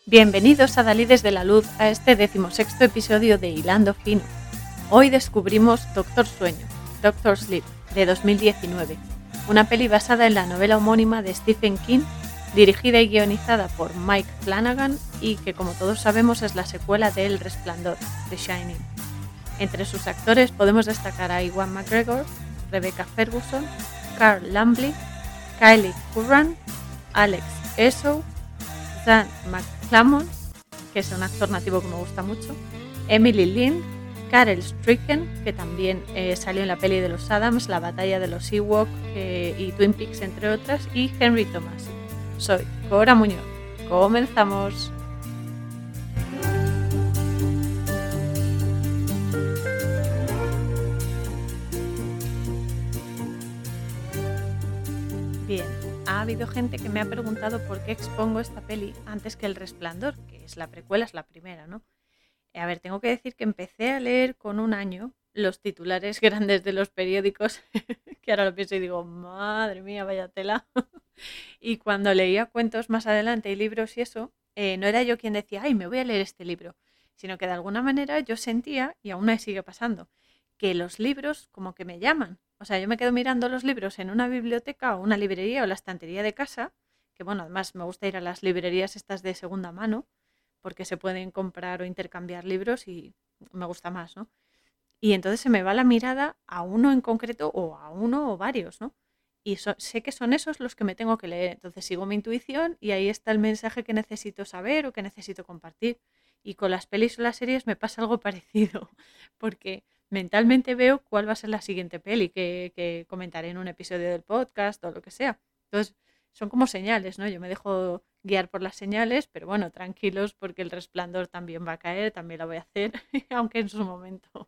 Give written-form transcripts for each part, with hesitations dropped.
Bienvenidos a Dalides de la Luz a este 16º episodio de Hilando Fino. Hoy descubrimos Doctor Sueño, Doctor Sleep, de 2019, una peli basada en la novela homónima de Stephen King, dirigida y guionizada por Mike Flanagan y que, como todos sabemos, es la secuela de El Resplandor, The Shining. Entre sus actores podemos destacar a Ewan McGregor, Rebecca Ferguson, Carl Lumbly, Kylie Curran, Alex Essoe, Dan McClellan, que es un actor nativo que me gusta mucho, Emily Lind, Karel Stricken, que también salió en la peli de los Addams, La batalla de los Ewok y Twin Peaks, entre otras, y Henry Thomas. Soy Cora Muñoz. ¡Comenzamos! Bien, ha habido gente que me ha preguntado por qué expongo esta peli antes que El Resplandor, que es la precuela, es la primera, ¿no? A ver, tengo que decir que empecé a leer con un año los titulares grandes de los periódicos, que ahora lo pienso y digo, madre mía, vaya tela. Y cuando leía cuentos más adelante y libros y eso, no era yo quien decía, ay, me voy a leer este libro, sino que de alguna manera yo sentía, y aún me sigue pasando, que los libros como que me llaman. O sea, yo me quedo mirando los libros en una biblioteca o una librería o la estantería de casa, que bueno, además me gusta ir a las librerías estas de segunda mano, porque se pueden comprar o intercambiar libros y me gusta más, ¿no? Y entonces se me va la mirada a uno en concreto o a uno o varios, ¿no? Y sé que son esos los que me tengo que leer. Entonces sigo mi intuición y ahí está el mensaje que necesito saber o que necesito compartir. Y con las pelis o las series me pasa algo parecido, porque mentalmente veo cuál va a ser la siguiente peli que comentaré en un episodio del podcast o lo que sea. Entonces son como señales, ¿no? Yo me dejo guiar por las señales, pero bueno, tranquilos porque El Resplandor también va a caer, también la voy a hacer, aunque en su momento.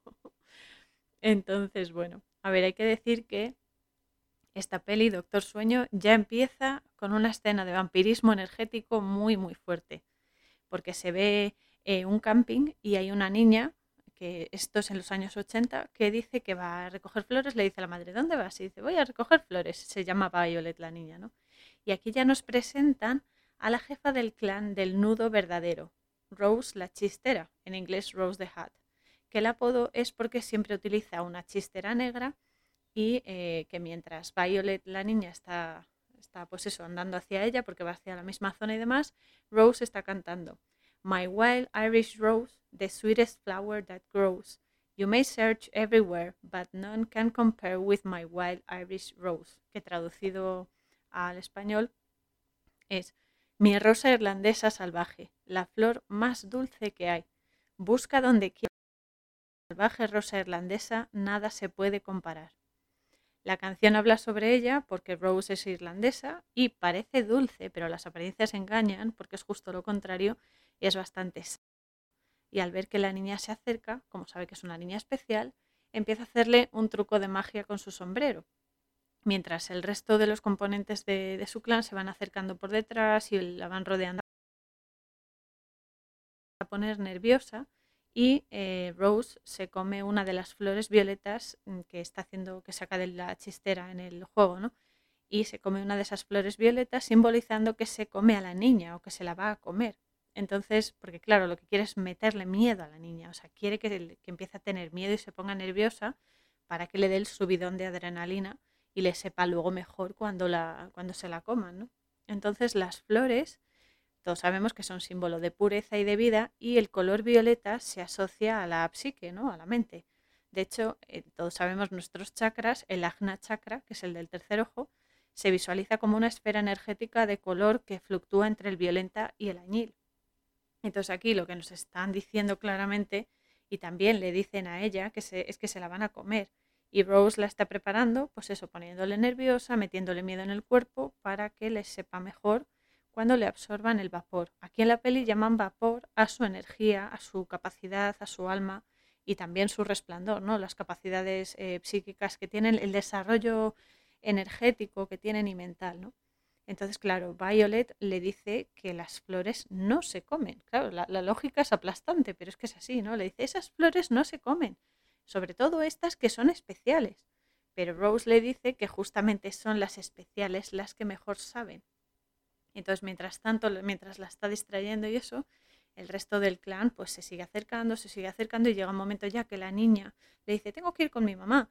Entonces, bueno, a ver, hay que decir que esta peli, Doctor Sueño, ya empieza con una escena de vampirismo energético muy, muy fuerte, porque se ve un camping y hay una niña, que esto es en los años 80, que dice que va a recoger flores, le dice a la madre, ¿dónde vas? Y dice, voy a recoger flores, se llama Violet la niña, ¿no? Y aquí ya nos presentan a la jefa del clan del nudo verdadero, Rose la chistera, en inglés Rose the Hat, que el apodo es porque siempre utiliza una chistera negra y que mientras Violet, la niña, está pues eso, andando hacia ella porque va hacia la misma zona y demás, Rose está cantando My wild Irish rose, the sweetest flower that grows. You may search everywhere, but none can compare with my wild Irish rose, que traducido al español es mi rosa irlandesa salvaje, la flor más dulce que hay. Busca donde quiera salvaje rosa irlandesa, nada se puede comparar. La canción habla sobre ella porque Rose es irlandesa y parece dulce, pero las apariencias engañan porque es justo lo contrario y es bastante sana. Y al ver que la niña se acerca, como sabe que es una niña especial, empieza a hacerle un truco de magia con su sombrero, mientras el resto de los componentes de su clan se van acercando por detrás y la van rodeando a poner nerviosa y Rose se come una de las flores violetas que está haciendo, que saca de la chistera en el juego, ¿no? Y se come una de esas flores violetas simbolizando que se come a la niña o que se la va a comer. Entonces, porque claro, lo que quiere es meterle miedo a la niña, o sea, quiere que empiece a tener miedo y se ponga nerviosa para que le dé el subidón de adrenalina y le sepa luego mejor cuando se la coman, ¿no? Entonces las flores todos sabemos que son símbolo de pureza y de vida y el color violeta se asocia a la psique, ¿no? A la mente. De hecho, todos sabemos nuestros chakras, el Ajna chakra, que es el del tercer ojo, se visualiza como una esfera energética de color que fluctúa entre el violeta y el añil. Entonces aquí lo que nos están diciendo claramente, y también le dicen a ella, es que se la van a comer. Y Rose la está preparando, pues eso, poniéndole nerviosa, metiéndole miedo en el cuerpo para que les sepa mejor cuando le absorban el vapor. Aquí en la peli llaman vapor a su energía, a su capacidad, a su alma y también su resplandor, ¿no? Las capacidades psíquicas que tienen, el desarrollo energético que tienen y mental, ¿no? Entonces, claro, Violet le dice que las flores no se comen. Claro, la lógica es aplastante, pero es que es así, ¿no? Le dice, esas flores no se comen, sobre todo estas que son especiales. Pero Rose le dice que justamente son las especiales las que mejor saben. Entonces, mientras tanto, mientras la está distrayendo y eso, el resto del clan pues se sigue acercando y llega un momento ya que la niña le dice, tengo que ir con mi mamá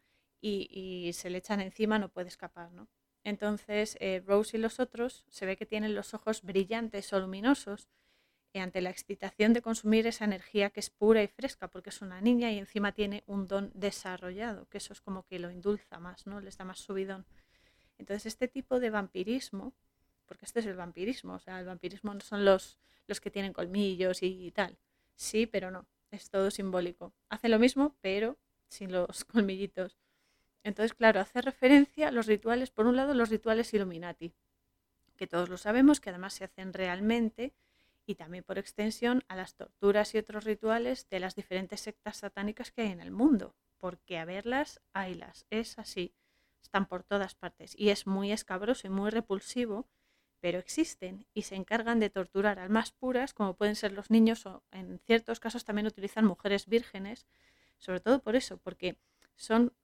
y se le echan encima, no puede escapar, ¿no? Entonces, Rose y los otros se ve que tienen los ojos brillantes o luminosos ante la excitación de consumir esa energía que es pura y fresca, porque es una niña y encima tiene un don desarrollado, que eso es como que lo indulza más, ¿no? Les da más subidón. Entonces, este tipo de vampirismo, porque este es el vampirismo, o sea, el vampirismo no son los que tienen colmillos y tal. Sí, pero no, es todo simbólico. Hace lo mismo, pero sin los colmillitos. Entonces, claro, hace referencia a los rituales, por un lado, los rituales Illuminati, que todos lo sabemos, que además se hacen realmente, y también por extensión a las torturas y otros rituales de las diferentes sectas satánicas que hay en el mundo, porque a verlas, haylas, es así, están por todas partes, y es muy escabroso y muy repulsivo, pero existen y se encargan de torturar almas puras, como pueden ser los niños, o en ciertos casos también utilizan mujeres vírgenes, sobre todo por eso, porque son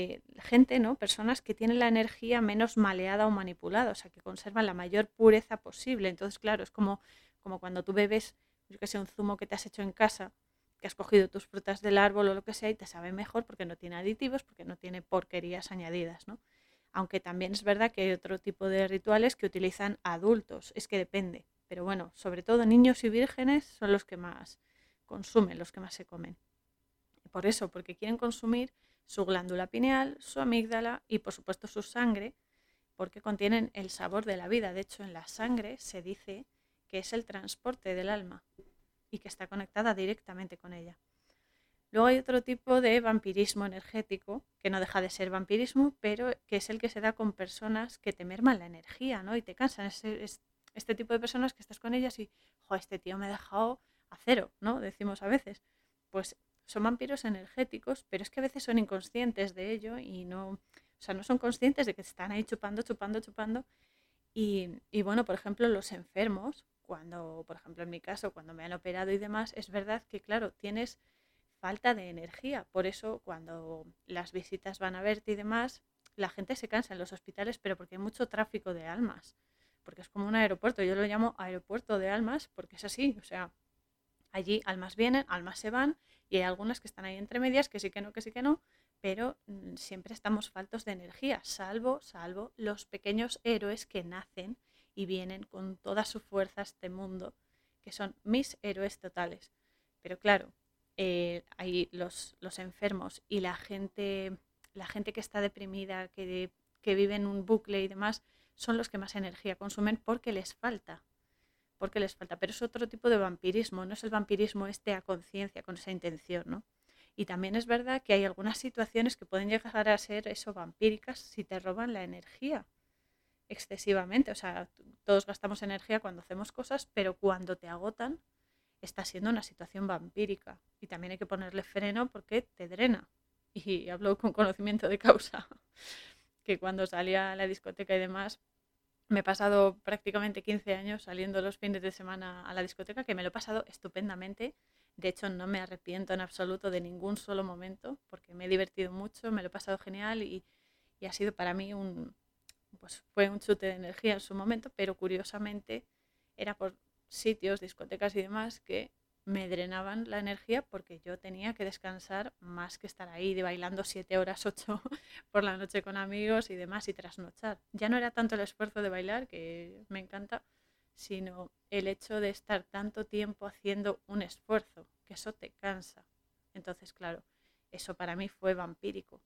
gente, ¿no? Personas que tienen la energía menos maleada o manipulada, o sea, que conservan la mayor pureza posible. Entonces, claro, es como cuando tú bebes, yo que sé, un zumo que te has hecho en casa, que has cogido tus frutas del árbol o lo que sea y te sabe mejor porque no tiene aditivos, porque no tiene porquerías añadidas, ¿no? Aunque también es verdad que hay otro tipo de rituales que utilizan adultos, es que depende. Pero bueno, sobre todo niños y vírgenes son los que más consumen, los que más se comen. Por eso, porque quieren consumir su glándula pineal, su amígdala y por supuesto su sangre, porque contienen el sabor de la vida. De hecho, en la sangre se dice que es el transporte del alma y que está conectada directamente con ella. Luego hay otro tipo de vampirismo energético, que no deja de ser vampirismo, pero que es el que se da con personas que te merman la energía, ¿no? Y te cansan. Es este tipo de personas que estás con ellas y, jo, este tío me ha dejado a cero, ¿no? Decimos a veces. Pues son vampiros energéticos, pero es que a veces son inconscientes de ello y no, o sea, no son conscientes de que están ahí chupando, chupando, chupando. Y bueno, por ejemplo, los enfermos, cuando, por ejemplo, en mi caso, cuando me han operado y demás, es verdad que, claro, tienes falta de energía. Por eso, cuando las visitas van a verte y demás, la gente se cansa en los hospitales, pero porque hay mucho tráfico de almas. Porque es como un aeropuerto. Yo lo llamo aeropuerto de almas porque es así. O sea, allí almas vienen, almas se van y hay algunas que están ahí entre medias, que sí que no, que sí que no, pero siempre estamos faltos de energía, salvo los pequeños héroes que nacen y vienen con toda su fuerza a este mundo, que son mis héroes totales. Pero claro, hay los enfermos y la gente que está deprimida, que vive en un bucle y demás, son los que más energía consumen porque les falta, pero es otro tipo de vampirismo, no es el vampirismo este a conciencia, con esa intención, ¿no? Y también es verdad que hay algunas situaciones que pueden llegar a ser eso, vampíricas, si te roban la energía excesivamente. O sea, todos gastamos energía cuando hacemos cosas, pero cuando te agotan, está siendo una situación vampírica. Y también hay que ponerle freno porque te drena. Y hablo con conocimiento de causa, que cuando salía a la discoteca y demás, me he pasado prácticamente 15 años saliendo los fines de semana a la discoteca, que me lo he pasado estupendamente. De hecho, no me arrepiento en absoluto de ningún solo momento, porque me he divertido mucho, me lo he pasado genial y ha sido para mí pues fue un chute de energía en su momento, pero curiosamente era por sitios, discotecas y demás que me drenaban la energía porque yo tenía que descansar más que estar ahí de bailando 7 horas, 8 por la noche con amigos y demás y trasnochar. Ya no era tanto el esfuerzo de bailar, que me encanta, sino el hecho de estar tanto tiempo haciendo un esfuerzo, que eso te cansa. Entonces, claro, eso para mí fue vampírico.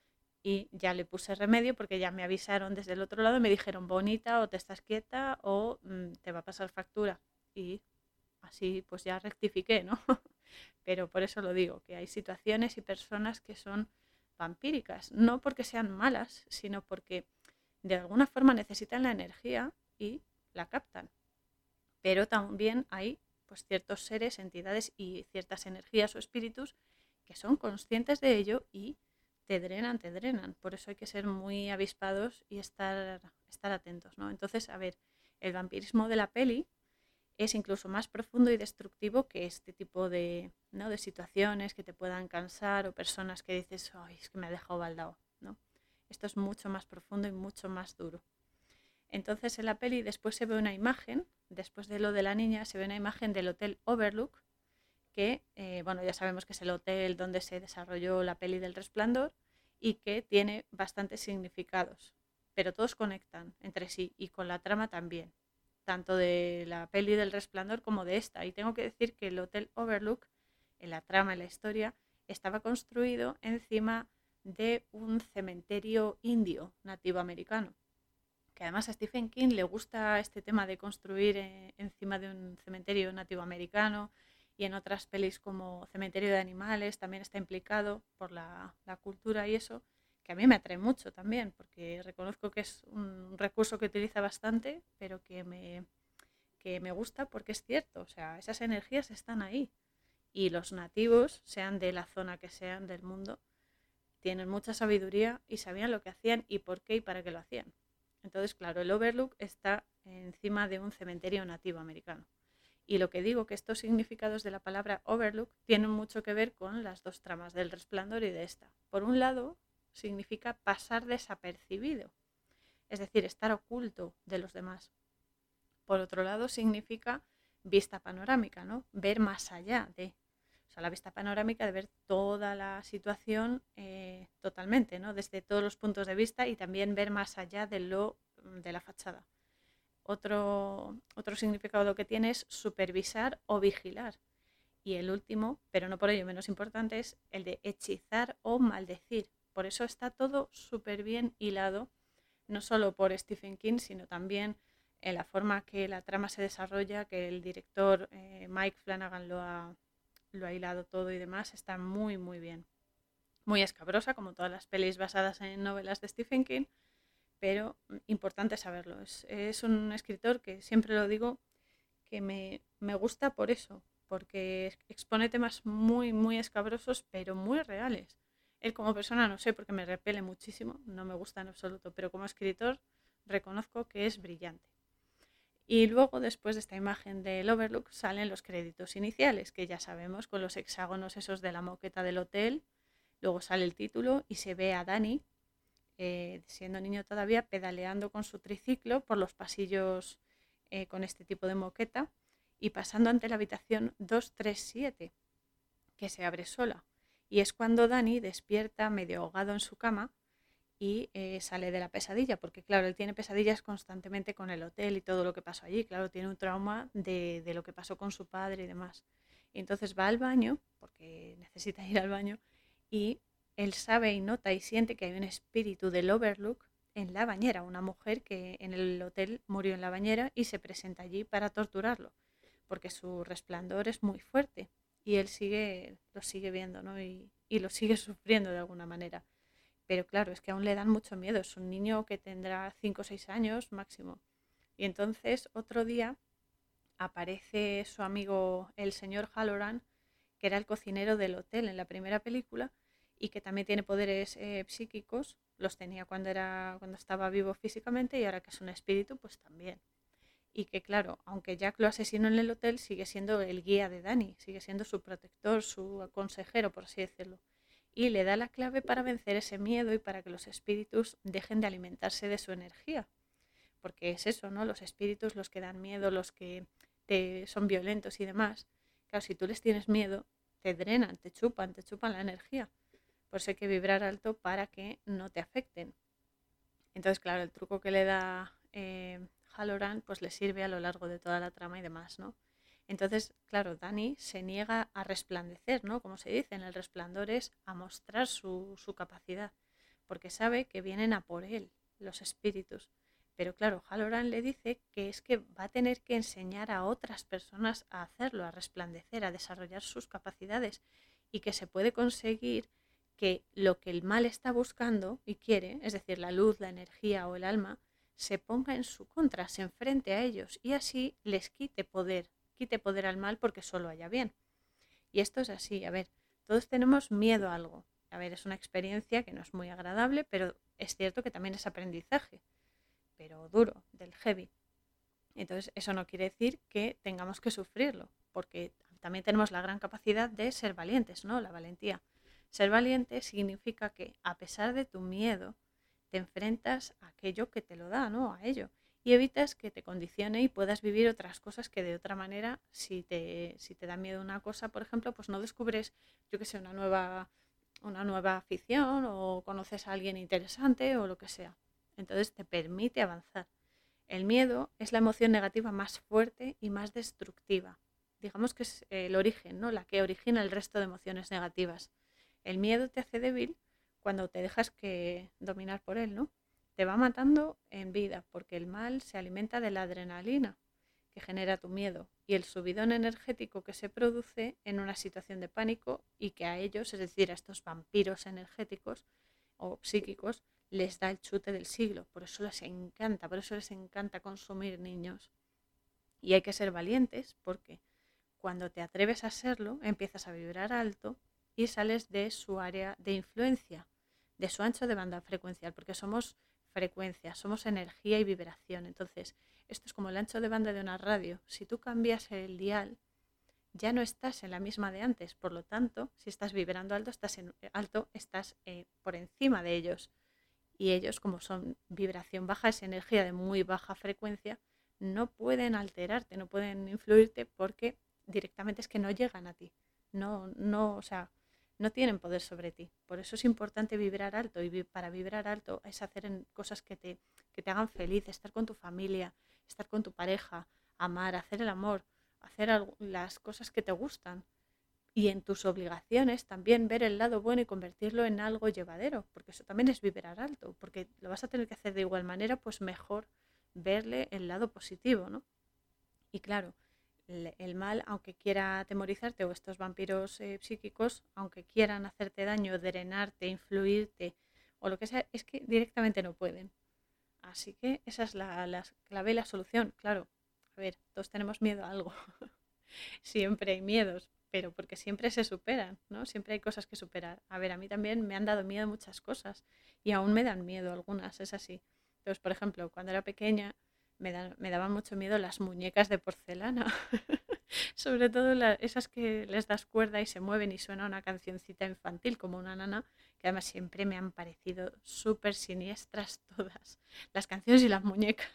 Y ya le puse remedio porque ya me avisaron desde el otro lado, me dijeron bonita o te estás quieta o te va a pasar factura. Y así pues ya rectifiqué, ¿no? Pero por eso lo digo, que hay situaciones y personas que son vampíricas, no porque sean malas, sino porque de alguna forma necesitan la energía y la captan. Pero también hay pues ciertos seres, entidades y ciertas energías o espíritus que son conscientes de ello y te drenan, te drenan. Por eso hay que ser muy avispados y estar atentos, ¿no? Entonces, a ver, el vampirismo de la peli es incluso más profundo y destructivo que este tipo de, ¿no?, de situaciones que te puedan cansar o personas que dices, ay, es que me ha dejado baldado, ¿no? Esto es mucho más profundo y mucho más duro. Entonces en la peli después se ve una imagen, después de lo de la niña, se ve una imagen del Hotel Overlook, que, bueno, ya sabemos que es el hotel donde se desarrolló la peli del Resplandor y que tiene bastantes significados, pero todos conectan entre sí y con la trama también, tanto de la peli del Resplandor como de esta. Y tengo que decir que el Hotel Overlook, en la trama, en la historia, estaba construido encima de un cementerio indio nativo americano, que además a Stephen King le gusta este tema de construir encima de un cementerio nativo americano, y en otras pelis como Cementerio de Animales también está implicado por la cultura y eso, que a mí me atrae mucho también, porque reconozco que es un recurso que utiliza bastante, pero que me gusta porque es cierto, o sea, esas energías están ahí. Y los nativos, sean de la zona que sean del mundo, tienen mucha sabiduría y sabían lo que hacían y por qué y para qué lo hacían. Entonces, claro, el Overlook está encima de un cementerio nativo americano. Y lo que digo, que estos significados de la palabra Overlook tienen mucho que ver con las dos tramas del Resplandor y de esta. Por un lado, significa pasar desapercibido, es decir, estar oculto de los demás. Por otro lado, significa vista panorámica, ¿no? Ver más allá de, o sea, la vista panorámica de ver toda la situación totalmente, ¿no? Desde todos los puntos de vista, y también ver más allá de la fachada. Otro significado que tiene es supervisar o vigilar. Y el último, pero no por ello menos importante, es el de hechizar o maldecir. Por eso está todo súper bien hilado, no solo por Stephen King, sino también en la forma que la trama se desarrolla, que el director Mike Flanagan lo ha hilado todo y demás. Está muy, muy bien. Muy escabrosa, como todas las pelis basadas en novelas de Stephen King, pero importante saberlo. Es un escritor que, siempre lo digo, que me gusta por eso, porque expone temas muy, muy escabrosos, pero muy reales. Él como persona no sé, porque me repele muchísimo, no me gusta en absoluto, pero como escritor reconozco que es brillante. Y luego, después de esta imagen del Overlook, salen los créditos iniciales, que ya sabemos, con los hexágonos esos de la moqueta del hotel. Luego sale el título y se ve a Danny, siendo niño todavía, pedaleando con su triciclo por los pasillos con este tipo de moqueta y pasando ante la habitación 237, que se abre sola. Y es cuando Danny despierta medio ahogado en su cama y sale de la pesadilla, porque claro, él tiene pesadillas constantemente con el hotel y todo lo que pasó allí. Claro, tiene un trauma de lo que pasó con su padre y demás. Y entonces va al baño, porque necesita ir al baño, y él sabe y nota y siente que hay un espíritu del Overlook en la bañera, una mujer que en el hotel murió en la bañera y se presenta allí para torturarlo, porque su resplandor es muy fuerte y él lo sigue viendo, ¿no? Y lo sigue sufriendo de alguna manera. Pero claro, es que aún le dan mucho miedo, es un niño que tendrá 5 o 6 años máximo. Y entonces otro día aparece su amigo el señor Halloran, que era el cocinero del hotel en la primera película y que también tiene poderes psíquicos. Los tenía cuando estaba vivo físicamente, y ahora que es un espíritu, pues también. Y que claro, aunque Jack lo asesinó en el hotel, sigue siendo el guía de Danny, sigue siendo su protector, su consejero, por así decirlo. Y le da la clave para vencer ese miedo y para que los espíritus dejen de alimentarse de su energía. Porque es eso, ¿no? Los espíritus, los que dan miedo, los que son violentos y demás. Claro, si tú les tienes miedo, te drenan, te chupan la energía. Por eso hay que vibrar alto para que no te afecten. Entonces, claro, el truco que le da Halloran pues le sirve a lo largo de toda la trama y demás, ¿no? Entonces, claro, Danny se niega a resplandecer, ¿no? Como se dice en El Resplandor, es a mostrar su capacidad, porque sabe que vienen a por él los espíritus. Pero claro, Halloran le dice que es que va a tener que enseñar a otras personas a hacerlo, a resplandecer, a desarrollar sus capacidades, y que se puede conseguir que lo que el mal está buscando y quiere, es decir, la luz, la energía o el alma, se ponga en su contra, se enfrente a ellos y así les quite poder al mal, porque solo haya bien. Y esto es así, a ver, todos tenemos miedo a algo. A ver, es una experiencia que no es muy agradable, pero es cierto que también es aprendizaje, pero duro, del heavy. Entonces, eso no quiere decir que tengamos que sufrirlo, porque también tenemos la gran capacidad de ser valientes, ¿no? La valentía. Ser valiente significa que, a pesar de tu miedo, te enfrentas a aquello que te lo da, ¿no? A ello. y evitas que te condicione y puedas vivir otras cosas que de otra manera, si te da miedo una cosa, por ejemplo, pues no descubres, yo qué sé, una nueva afición o conoces a alguien interesante o lo que sea. Entonces te permite avanzar. El miedo es la emoción negativa más fuerte y más destructiva. Digamos que es el origen, ¿no? La que origina el resto de emociones negativas. El miedo te hace débil cuando te dejas que dominar por él, ¿no? Te va matando en vida porque el mal se alimenta de la adrenalina que genera tu miedo y el subidón energético que se produce en una situación de pánico y que a ellos, es decir, a estos vampiros energéticos o psíquicos, les da el chute del siglo. Por eso les encanta consumir niños. Y hay que ser valientes porque cuando te atreves a serlo, empiezas a vibrar alto y sales de su área de influencia, de su ancho de banda frecuencial, porque somos frecuencia, somos energía y vibración. Entonces, esto es como el ancho de banda de una radio. Si tú cambias el dial, ya no estás en la misma de antes. Por lo tanto, si estás vibrando alto, estás por encima de ellos. Y ellos, como son vibración baja, es energía de muy baja frecuencia, no pueden alterarte, no pueden influirte porque directamente es que no llegan a ti. O sea, no tienen poder sobre ti. Por eso es importante vibrar alto y para vibrar alto es hacer cosas que te hagan feliz, estar con tu familia, estar con tu pareja, amar, hacer el amor, hacer las cosas que te gustan y en tus obligaciones también ver el lado bueno y convertirlo en algo llevadero, porque eso también es vibrar alto, porque lo vas a tener que hacer de igual manera, pues mejor verle el lado positivo, ¿no? Y claro, el mal, aunque quiera atemorizarte, o estos vampiros psíquicos, aunque quieran hacerte daño, drenarte, influirte o lo que sea, es que directamente no pueden. Así que esa es la clave y la solución. Claro, a ver, todos tenemos miedo a algo. Siempre hay miedos, pero porque siempre se superan, ¿no? Siempre hay cosas que superar. A ver, a mí también me han dado miedo muchas cosas y aún me dan miedo algunas, es así. Entonces, por ejemplo, cuando era pequeña me daban mucho miedo las muñecas de porcelana, sobre todo esas que les das cuerda y se mueven y suena una cancioncita infantil como una nana, que además siempre me han parecido súper siniestras todas, las canciones y las muñecas.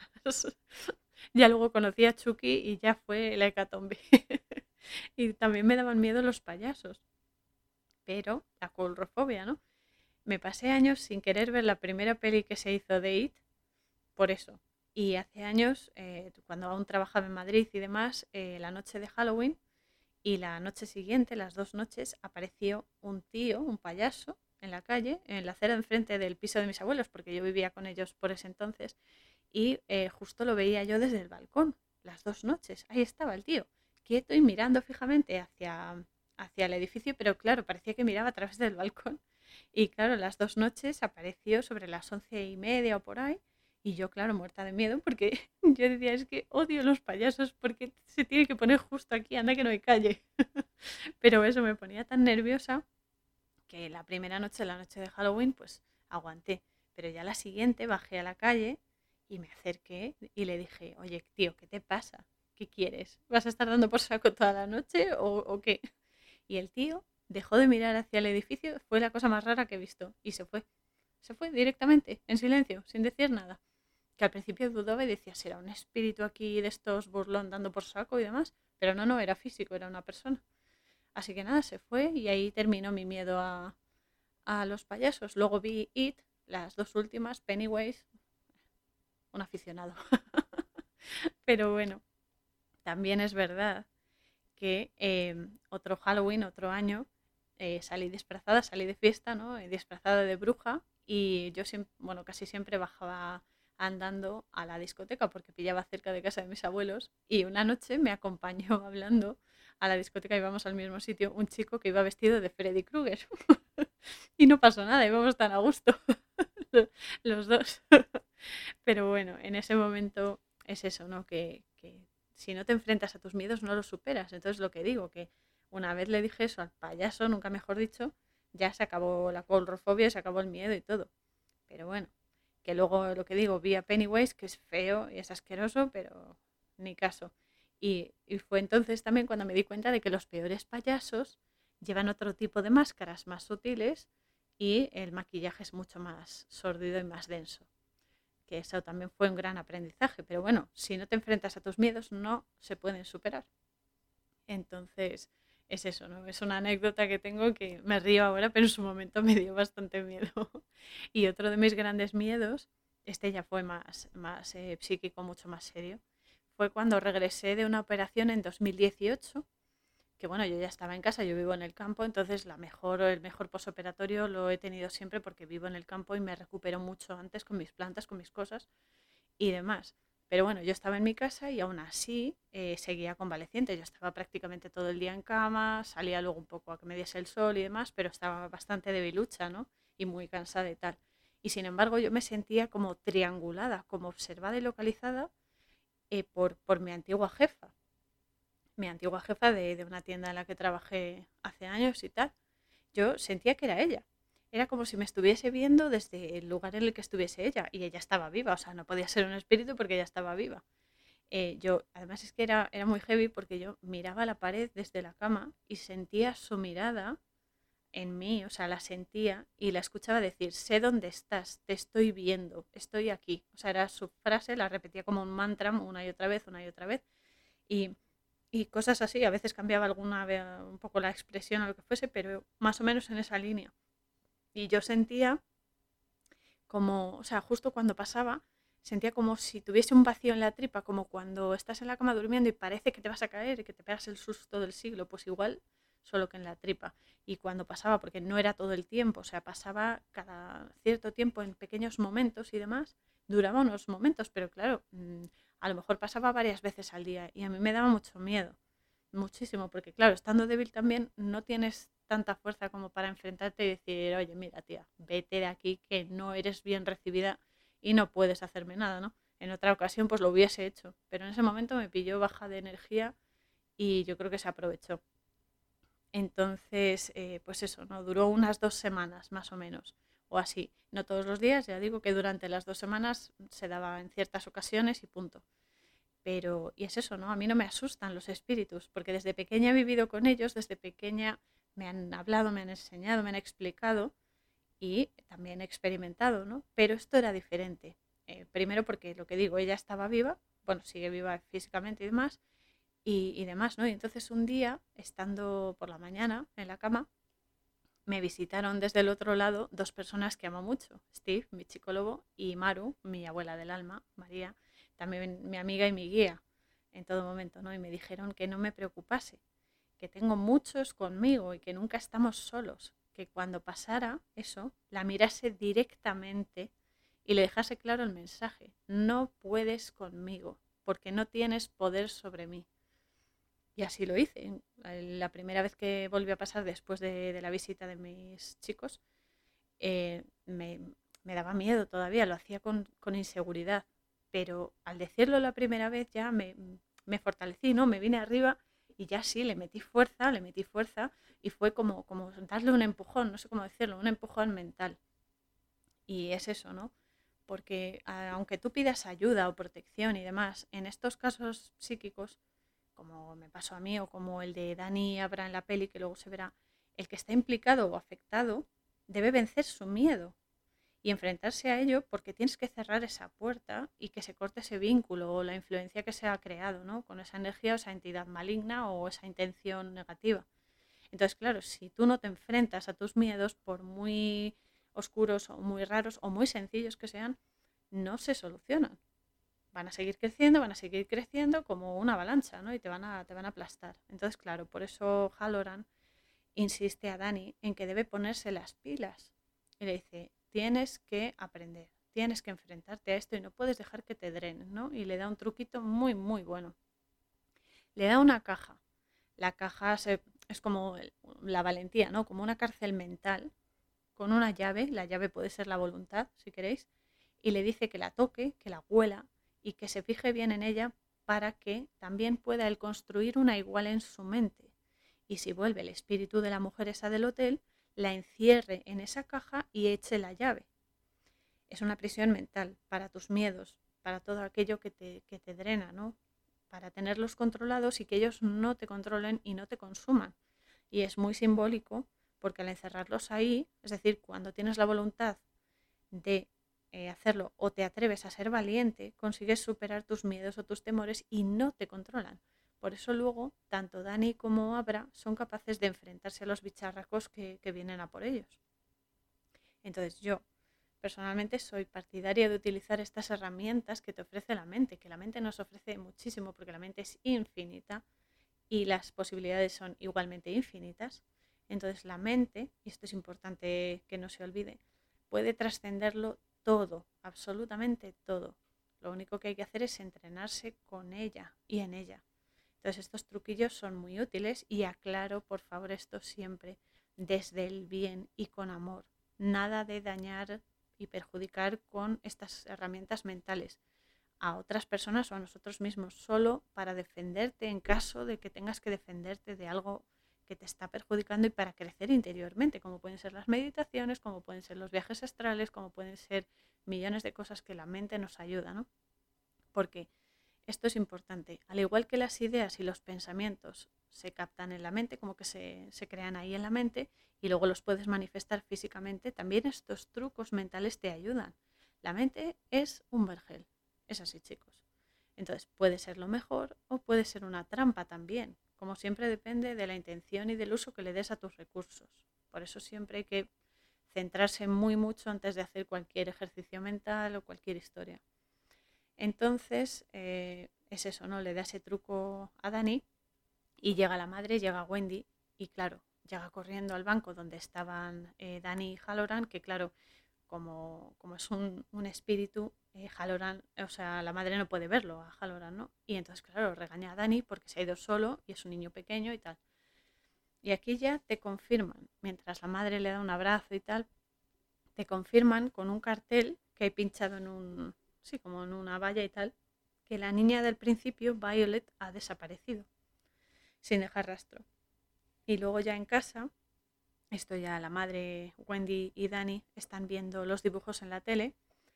Ya luego conocí a Chucky y ya fue la hecatombe. Y también me daban miedo los payasos, pero la coulrofobia, ¿no? Me pasé años sin querer ver la primera peli que se hizo de It por eso. Y hace años, cuando aún trabajaba en Madrid y demás, la noche de Halloween y la noche siguiente, las 2 noches, apareció un tío, un payaso, en la calle, en la acera enfrente del piso de mis abuelos, porque yo vivía con ellos por ese entonces, y justo lo veía yo desde el balcón, las 2 noches. Ahí estaba el tío, quieto y mirando fijamente hacia el edificio, pero claro, parecía que miraba a través del balcón. Y claro, las 2 noches apareció sobre las 11:30 o por ahí, y yo, claro, muerta de miedo, porque yo decía, es que odio los payasos, porque se tiene que poner justo aquí, anda que no hay calle. Pero eso me ponía tan nerviosa que la primera noche, la noche de Halloween, pues aguanté. Pero ya la siguiente bajé a la calle y me acerqué y le dije, oye, tío, ¿qué te pasa? ¿Qué quieres? ¿Vas a estar dando por saco toda la noche o qué? Y el tío dejó de mirar hacia el edificio, fue la cosa más rara que he visto, y se fue. Se fue directamente, en silencio, sin decir nada. Que al principio dudaba y decía, será un espíritu aquí de estos burlón dando por saco y demás, pero no, era físico, era una persona. Así que nada, se fue y ahí terminó mi miedo a los payasos. Luego vi It, las 2 últimas, Pennywise, un aficionado. Pero bueno, también es verdad que otro Halloween, otro año, salí de fiesta, ¿no? Disfrazada de bruja y yo bueno, casi siempre bajaba andando a la discoteca porque pillaba cerca de casa de mis abuelos y una noche me acompañó hablando a la discoteca, íbamos al mismo sitio, un chico que iba vestido de Freddy Krueger y no pasó nada, íbamos tan a gusto los dos. Pero bueno, en ese momento es eso, ¿no? Que si no te enfrentas a tus miedos no los superas. Entonces lo que digo, que una vez le dije eso al payaso, nunca mejor dicho, ya se acabó la coulrofobia, se acabó el miedo y todo. Pero bueno, que luego lo que digo, vi a Pennywise, que es feo y es asqueroso, pero ni caso. Y fue entonces también cuando me di cuenta de que los peores payasos llevan otro tipo de máscaras más sutiles y el maquillaje es mucho más sórdido y más denso. que eso también fue un gran aprendizaje, pero bueno, si no te enfrentas a tus miedos no se pueden superar. Entonces, es eso, ¿no? Es una anécdota que tengo que me río ahora, pero en su momento me dio bastante miedo. Y otro de mis grandes miedos, este ya fue más psíquico, mucho más serio, fue cuando regresé de una operación en 2018, que bueno, yo ya estaba en casa, yo vivo en el campo, entonces el mejor posoperatorio lo he tenido siempre porque vivo en el campo y me recupero mucho antes con mis plantas, con mis cosas y demás. Pero bueno, yo estaba en mi casa y aún así seguía convaleciente. Yo estaba prácticamente todo el día en cama, salía luego un poco a que me diese el sol y demás, pero estaba bastante debilucha, ¿no? Y muy cansada y tal. Y sin embargo yo me sentía como triangulada, como observada y localizada por mi antigua jefa. Mi antigua jefa de una tienda en la que trabajé hace años y tal. Yo sentía que era ella. Era como si me estuviese viendo desde el lugar en el que estuviese ella. Y ella estaba viva, o sea, no podía ser un espíritu porque ella estaba viva. Además es que era muy heavy porque yo miraba la pared desde la cama y sentía su mirada en mí, o sea, la sentía y la escuchaba decir, sé dónde estás, te estoy viendo, estoy aquí. O sea, era su frase, la repetía como un mantra una y otra vez. Y, y cosas así, a veces cambiaba un poco la expresión o lo que fuese, pero más o menos en esa línea. Y yo sentía como, o sea, justo cuando pasaba, sentía como si tuviese un vacío en la tripa, como cuando estás en la cama durmiendo y parece que te vas a caer y que te pegas el susto del siglo, pues igual, solo que en la tripa. Y cuando pasaba, porque no era todo el tiempo, o sea, pasaba cada cierto tiempo en pequeños momentos y demás, duraba unos momentos, pero claro, a lo mejor pasaba varias veces al día y a mí me daba mucho miedo, muchísimo, porque claro, estando débil también no tienes tanta fuerza como para enfrentarte y decir, oye, mira, tía, vete de aquí que no eres bien recibida y no puedes hacerme nada, ¿no? En otra ocasión pues lo hubiese hecho, pero en ese momento me pilló baja de energía y yo creo que se aprovechó. Entonces, pues eso, ¿no? Duró unas 2 semanas más o menos, o así. No todos los días, ya digo que durante las 2 semanas se daba en ciertas ocasiones y punto. Pero, y es eso, ¿no? A mí no me asustan los espíritus, porque desde pequeña he vivido con ellos, desde pequeña me han hablado, me han enseñado, me han explicado y también he experimentado, ¿no? Pero esto era diferente. Primero porque lo que digo, ella estaba viva, bueno, sigue viva físicamente y demás, y demás, ¿no? Y entonces un día, estando por la mañana en la cama, me visitaron desde el otro lado dos personas que amo mucho, Steve, mi chico lobo, y Maru, mi abuela del alma, María, también mi amiga y mi guía en todo momento, ¿no? Y me dijeron que no me preocupase, que tengo muchos conmigo y que nunca estamos solos, que cuando pasara eso, la mirase directamente y le dejase claro el mensaje, no puedes conmigo, porque no tienes poder sobre mí. Y así lo hice. La primera vez que volvió a pasar después de la visita de mis chicos, eh, me, me daba miedo todavía, lo hacía con inseguridad. Pero al decirlo la primera vez ya me fortalecí, ¿no? Me vine arriba y ya sí, le metí fuerza y fue como darle un empujón, no sé cómo decirlo, un empujón mental. Y es eso, ¿no? Porque aunque tú pidas ayuda o protección y demás, en estos casos psíquicos, como me pasó a mí o como el de Dani y Abra en la peli, que luego se verá, el que está implicado o afectado debe vencer su miedo y enfrentarse a ello porque tienes que cerrar esa puerta y que se corte ese vínculo o la influencia que se ha creado, ¿no? Con esa energía o esa entidad maligna o esa intención negativa. Entonces, claro, si tú no te enfrentas a tus miedos, por muy oscuros o muy raros o muy sencillos que sean, no se solucionan. Van a seguir creciendo, van a seguir creciendo como una avalancha, ¿no? Y te van a aplastar. Entonces, claro, por eso Halloran insiste a Dani en que debe ponerse las pilas. Y le dice, tienes que aprender, tienes que enfrentarte a esto y no puedes dejar que te drenen, ¿no? Y le da un truquito muy, muy bueno. Le da una caja. La caja es como la valentía, ¿no? Como una cárcel mental con una llave. La llave puede ser la voluntad, si queréis. Y le dice que la toque, que la huela y que se fije bien en ella para que también pueda él construir una igual en su mente. Y si vuelve el espíritu de la mujer esa del hotel, la encierre en esa caja y eche la llave. Es una prisión mental para tus miedos, para todo aquello que te drena, ¿no? Para tenerlos controlados y que ellos no te controlen y no te consuman. Y es muy simbólico porque al encerrarlos ahí, es decir, cuando tienes la voluntad de hacerlo o te atreves a ser valiente, consigues superar tus miedos o tus temores y no te controlan. Por eso luego, tanto Dani como Abra son capaces de enfrentarse a los bicharracos que vienen a por ellos. Entonces yo personalmente soy partidaria de utilizar estas herramientas que te ofrece la mente, que la mente nos ofrece muchísimo porque la mente es infinita y las posibilidades son igualmente infinitas. Entonces la mente, y esto es importante que no se olvide, puede trascenderlo todo, absolutamente todo. Lo único que hay que hacer es entrenarse con ella y en ella. Entonces estos truquillos son muy útiles y aclaro por favor esto siempre desde el bien y con amor. Nada de dañar y perjudicar con estas herramientas mentales a otras personas o a nosotros mismos, solo para defenderte en caso de que tengas que defenderte de algo que te está perjudicando y para crecer interiormente, como pueden ser las meditaciones, como pueden ser los viajes astrales, como pueden ser millones de cosas que la mente nos ayuda, ¿no? Porque esto es importante. Al igual que las ideas y los pensamientos se captan en la mente, como que se crean ahí en la mente y luego los puedes manifestar físicamente, también estos trucos mentales te ayudan. La mente es un vergel. Es así, chicos. Entonces, puede ser lo mejor o puede ser una trampa también. Como siempre depende de la intención y del uso que le des a tus recursos. Por eso siempre hay que centrarse muy mucho antes de hacer cualquier ejercicio mental o cualquier historia. Entonces, es eso, ¿no? Le da ese truco a Dani y llega la madre, llega Wendy y claro, llega corriendo al banco donde estaban Dani y Halloran, que claro, como es un espíritu, Halloran, o sea, la madre no puede verlo a Halloran, ¿no? Y entonces, claro, regaña a Dani porque se ha ido solo y es un niño pequeño y tal. Y aquí ya te confirman, mientras la madre le da un abrazo y tal, te confirman con un cartel que hay pinchado en sí, como en una valla y tal, que la niña del principio, Violet, ha desaparecido, sin dejar rastro. Y luego ya en casa, esto ya la madre, Wendy y Dani están viendo los dibujos en la tele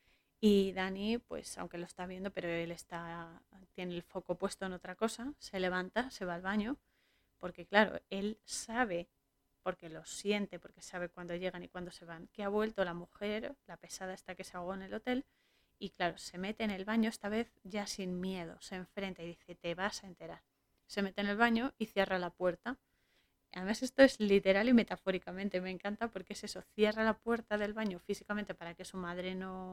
y Dani, pues aunque lo está viendo, pero él tiene el foco puesto en otra cosa, se levanta, se va al baño, porque claro, él sabe, porque lo siente, porque sabe cuándo llegan y cuándo se van, que ha vuelto la mujer, la pesada esta que se ahogó en el hotel, y claro, se mete en el baño, esta vez ya sin miedo, se enfrenta y dice, te vas a enterar. Se mete en el baño y cierra la puerta. Además esto es literal y metafóricamente, me encanta porque es eso, cierra la puerta del baño físicamente para que su madre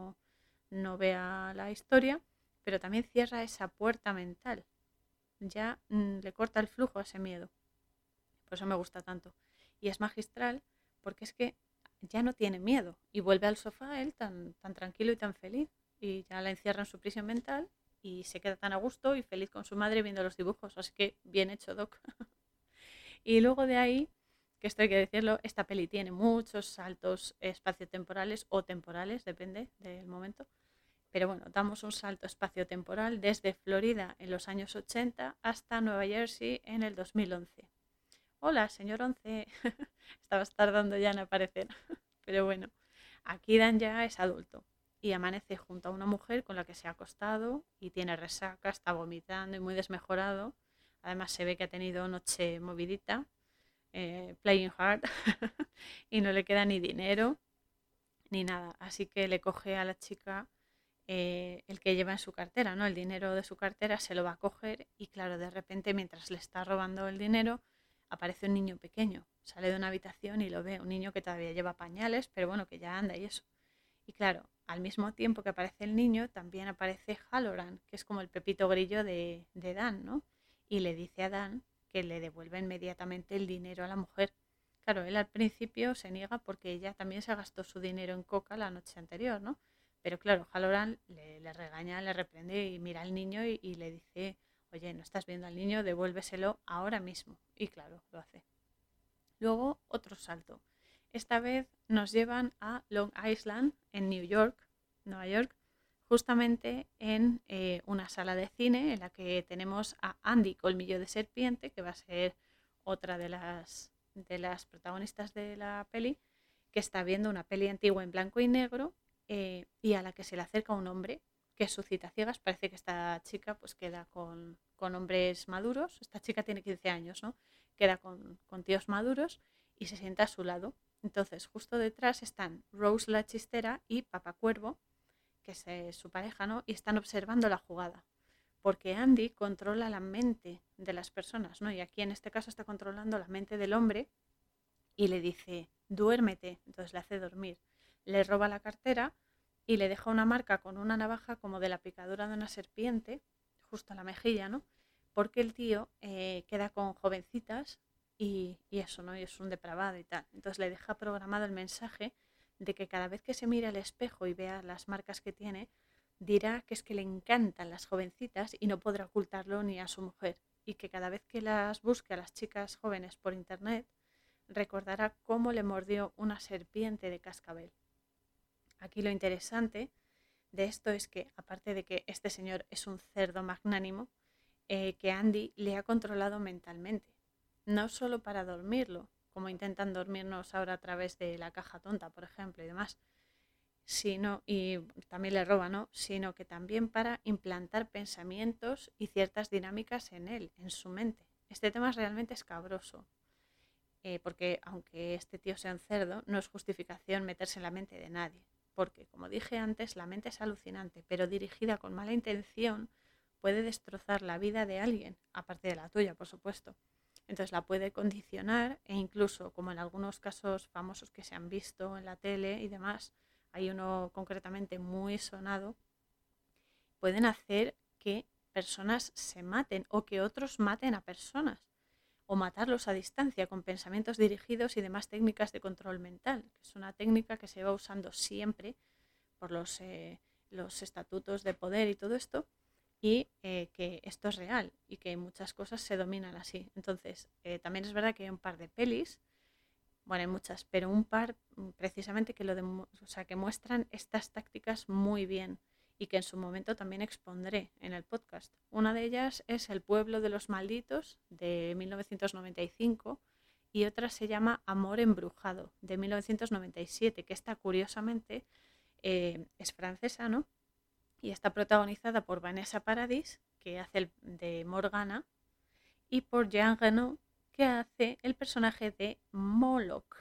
no vea la historia, pero también cierra esa puerta mental. Ya le corta el flujo a ese miedo. Por eso me gusta tanto. Y es magistral porque es que ya no tiene miedo y vuelve al sofá él tan tranquilo y tan feliz y ya la encierra en su prisión mental y se queda tan a gusto y feliz con su madre viendo los dibujos. Así que bien hecho, Doc. Y luego de ahí, que esto hay que decirlo, esta peli tiene muchos saltos espaciotemporales o temporales, depende del momento. Pero bueno, damos un salto espaciotemporal desde Florida en los años 80 hasta Nueva Jersey en el 2011. Hola, señor 11. Estabas tardando ya en aparecer. Pero bueno, aquí Dan ya es adulto y amanece junto a una mujer con la que se ha acostado y tiene resaca, está vomitando y muy desmejorado. Además se ve que ha tenido noche movidita, playing hard, y no le queda ni dinero ni nada. Así que le coge a la chica el que lleva en su cartera, ¿no? El dinero de su cartera se lo va a coger y claro, de repente mientras le está robando el dinero aparece un niño pequeño, sale de una habitación y lo ve, un niño que todavía lleva pañales, pero bueno, que ya anda y eso. Y claro, al mismo tiempo que aparece el niño, también aparece Halloran, que es como el pepito grillo de Dan, ¿no? Y le dice a Dan que le devuelva inmediatamente el dinero a la mujer. Claro, él al principio se niega porque ella también se gastó su dinero en coca la noche anterior, ¿no? Pero claro, Halloran le regaña, le reprende y mira al niño y le dice, oye, no estás viendo al niño, devuélveselo ahora mismo. Y claro, lo hace. Luego, otro salto. Esta vez nos llevan a Long Island, en New York, Nueva York, justamente en una sala de cine en la que tenemos a Andy Colmillo de Serpiente, que va a ser otra de las protagonistas de la peli, que está viendo una peli antigua en blanco y negro y a la que se le acerca un hombre, que es su cita ciegas. Parece que esta chica pues queda con hombres maduros. Esta chica tiene 15 años, ¿no? Queda con tíos maduros y se sienta a su lado. Entonces, justo detrás están Rose la chistera y Papá Cuervo, que es su pareja, ¿no? Y están observando la jugada. Porque Andy controla la mente de las personas, ¿no? Y aquí en este caso está controlando la mente del hombre y le dice, duérmete, entonces le hace dormir. Le roba la cartera y le deja una marca con una navaja como de la picadura de una serpiente, justo en la mejilla, ¿no? Porque el tío queda con jovencitas y eso, ¿no? Y es un depravado y tal. Entonces le deja programado el mensaje de que cada vez que se mire al espejo y vea las marcas que tiene, dirá que es que le encantan las jovencitas y no podrá ocultarlo ni a su mujer. Y que cada vez que las busque a las chicas jóvenes por internet, recordará cómo le mordió una serpiente de cascabel. Aquí lo interesante de esto es que, aparte de que este señor es un cerdo magnánimo, que Andy le ha controlado mentalmente. No solo para dormirlo, como intentan dormirnos ahora a través de la caja tonta, por ejemplo, y demás, sino, y también le roba, ¿no? Sino que también para implantar pensamientos y ciertas dinámicas en él, en su mente. Este tema es realmente escabroso, porque aunque este tío sea un cerdo, no es justificación meterse en la mente de nadie. Porque, como dije antes, la mente es alucinante, pero dirigida con mala intención puede destrozar la vida de alguien, aparte de la tuya, por supuesto. Entonces la puede condicionar e incluso, como en algunos casos famosos que se han visto en la tele y demás, hay uno concretamente muy sonado, pueden hacer que personas se maten o que otros maten a personas o matarlos a distancia con pensamientos dirigidos y demás técnicas de control mental, que es una técnica que se va usando siempre por los estatutos de poder y todo esto, y que esto es real y que muchas cosas se dominan así. Entonces, también es verdad que hay un par de pelis, bueno, hay muchas, pero un par precisamente que, o sea, que muestran estas tácticas muy bien y que en su momento también expondré en el podcast. Una de ellas es El pueblo de los malditos, de 1995, y otra se llama Amor embrujado, de 1997, que esta curiosamente es francesa, ¿no? Y está protagonizada por Vanessa Paradis, que hace de Morgana, y por Jean Reno, que hace el personaje de Moloch.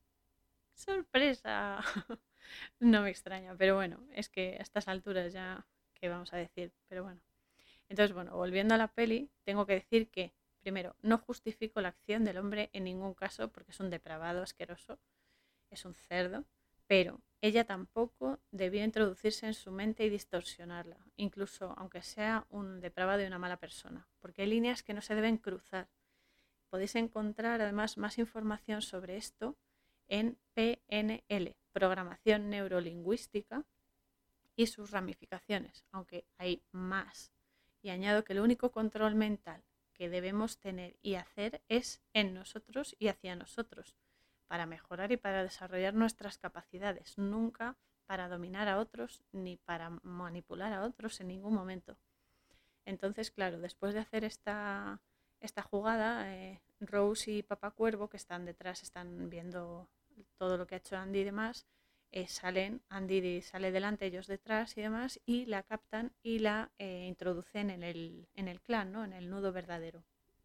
¡Sorpresa! No me extraña, pero bueno, es que a estas alturas ya, ¿qué vamos a decir? Pero bueno. Entonces, bueno, volviendo a la peli, tengo que decir que, primero, no justifico la acción del hombre en ningún caso porque es un depravado asqueroso, es un cerdo, pero ella tampoco debió introducirse en su mente y distorsionarla, incluso aunque sea un depravado y una mala persona, porque hay líneas que no se deben cruzar. Podéis encontrar además más información sobre esto en PNL, Programación Neurolingüística, y sus ramificaciones, aunque hay más. Y añado que el único control mental que debemos tener y hacer es en nosotros y hacia nosotros, para mejorar y para desarrollar nuestras capacidades, nunca para dominar a otros ni para manipular a otros en ningún momento. Entonces, claro, después de hacer esta jugada, Rose y Papá Cuervo, que están detrás, están viendo todo lo que ha hecho Andy y demás, salen, Andy sale delante, ellos detrás y demás, y la captan y la introducen en el clan, ¿no? En el nudo verdadero.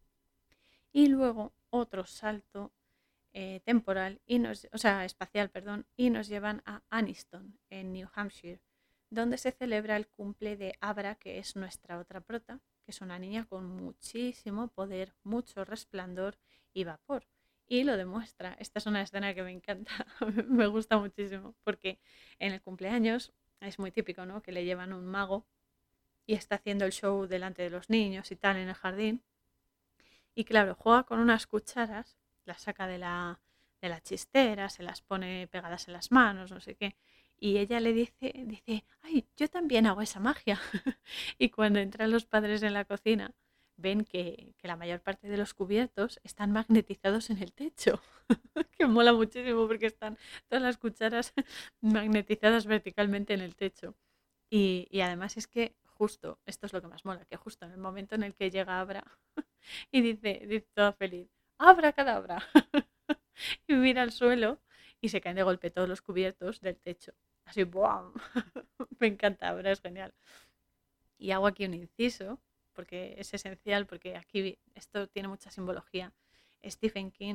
Y luego otro salto temporal, o sea, espacial, perdón, y nos llevan a Anniston, en New Hampshire, donde se celebra el cumple de Abra, que es nuestra otra prota, que es una niña con muchísimo poder, mucho resplandor y vapor. Y lo demuestra. Esta es una escena que me encanta, me gusta muchísimo, porque en el cumpleaños es muy típico, ¿no? Que le llevan un mago y está haciendo el show delante de los niños y tal en el jardín. Y claro, juega con unas cucharas, las saca de la chistera, se las pone pegadas en las manos, no sé qué. Y ella le dice, ay, yo también hago esa magia. Y cuando entran los padres en la cocina, ven que la mayor parte de los cubiertos están magnetizados en el techo. Que mola muchísimo porque están todas las cucharas magnetizadas verticalmente en el techo. Y además es que justo, esto es lo que más mola, que justo en el momento en el que llega Abra y dice toda feliz, ¡Abra cadabra! Y mira al suelo y se caen de golpe todos los cubiertos del techo. Así, ¡buam! Me encanta, Abra, es genial. Y hago aquí un inciso, porque es esencial, porque aquí esto tiene mucha simbología. Stephen King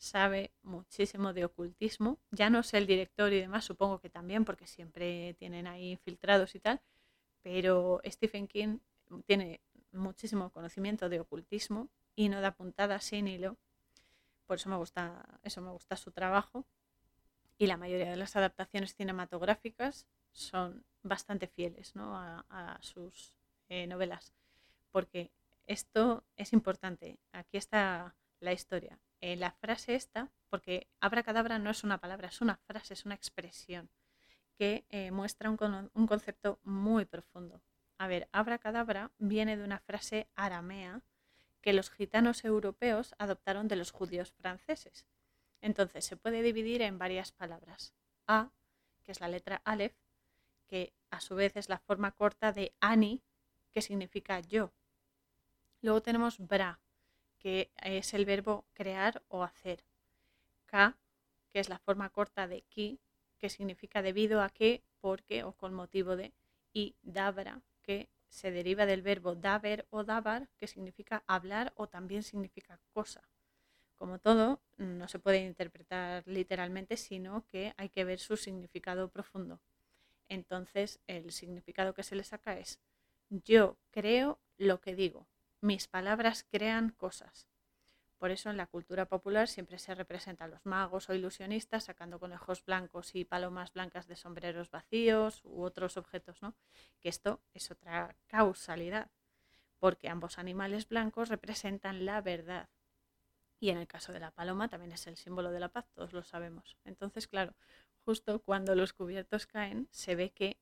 sabe muchísimo de ocultismo. Ya no sé el director y demás, supongo que también, porque siempre tienen ahí infiltrados y tal, pero Stephen King tiene muchísimo conocimiento de ocultismo y no da puntada sin hilo. Por eso me gusta su trabajo. Y la mayoría de las adaptaciones cinematográficas son bastante fieles, ¿no?, a sus novelas, porque esto es importante. Aquí está la historia. La frase esta, porque abracadabra no es una palabra, es una frase, es una expresión que muestra un concepto muy profundo. A ver, abracadabra viene de una frase aramea que los gitanos europeos adoptaron de los judíos franceses. Entonces se puede dividir en varias palabras. A, que es la letra Aleph, que a su vez es la forma corta de Ani, que significa yo. Luego tenemos Bra, que es el verbo crear o hacer. Ka, que es la forma corta de Ki, que significa debido a que, porque o con motivo de. Y Dabra, que se deriva del verbo daber o dabar, que significa hablar o también significa cosa. Como todo, no se puede interpretar literalmente, sino que hay que ver su significado profundo. Entonces, el significado que se le saca es: yo creo lo que digo, mis palabras crean cosas. Por eso en la cultura popular siempre se representan los magos o ilusionistas sacando conejos blancos y palomas blancas de sombreros vacíos u otros objetos, ¿no? Que esto es otra causalidad, porque ambos animales blancos representan la verdad. Y en el caso de la paloma también es el símbolo de la paz, todos lo sabemos. Entonces, claro, justo cuando los cubiertos caen, se ve que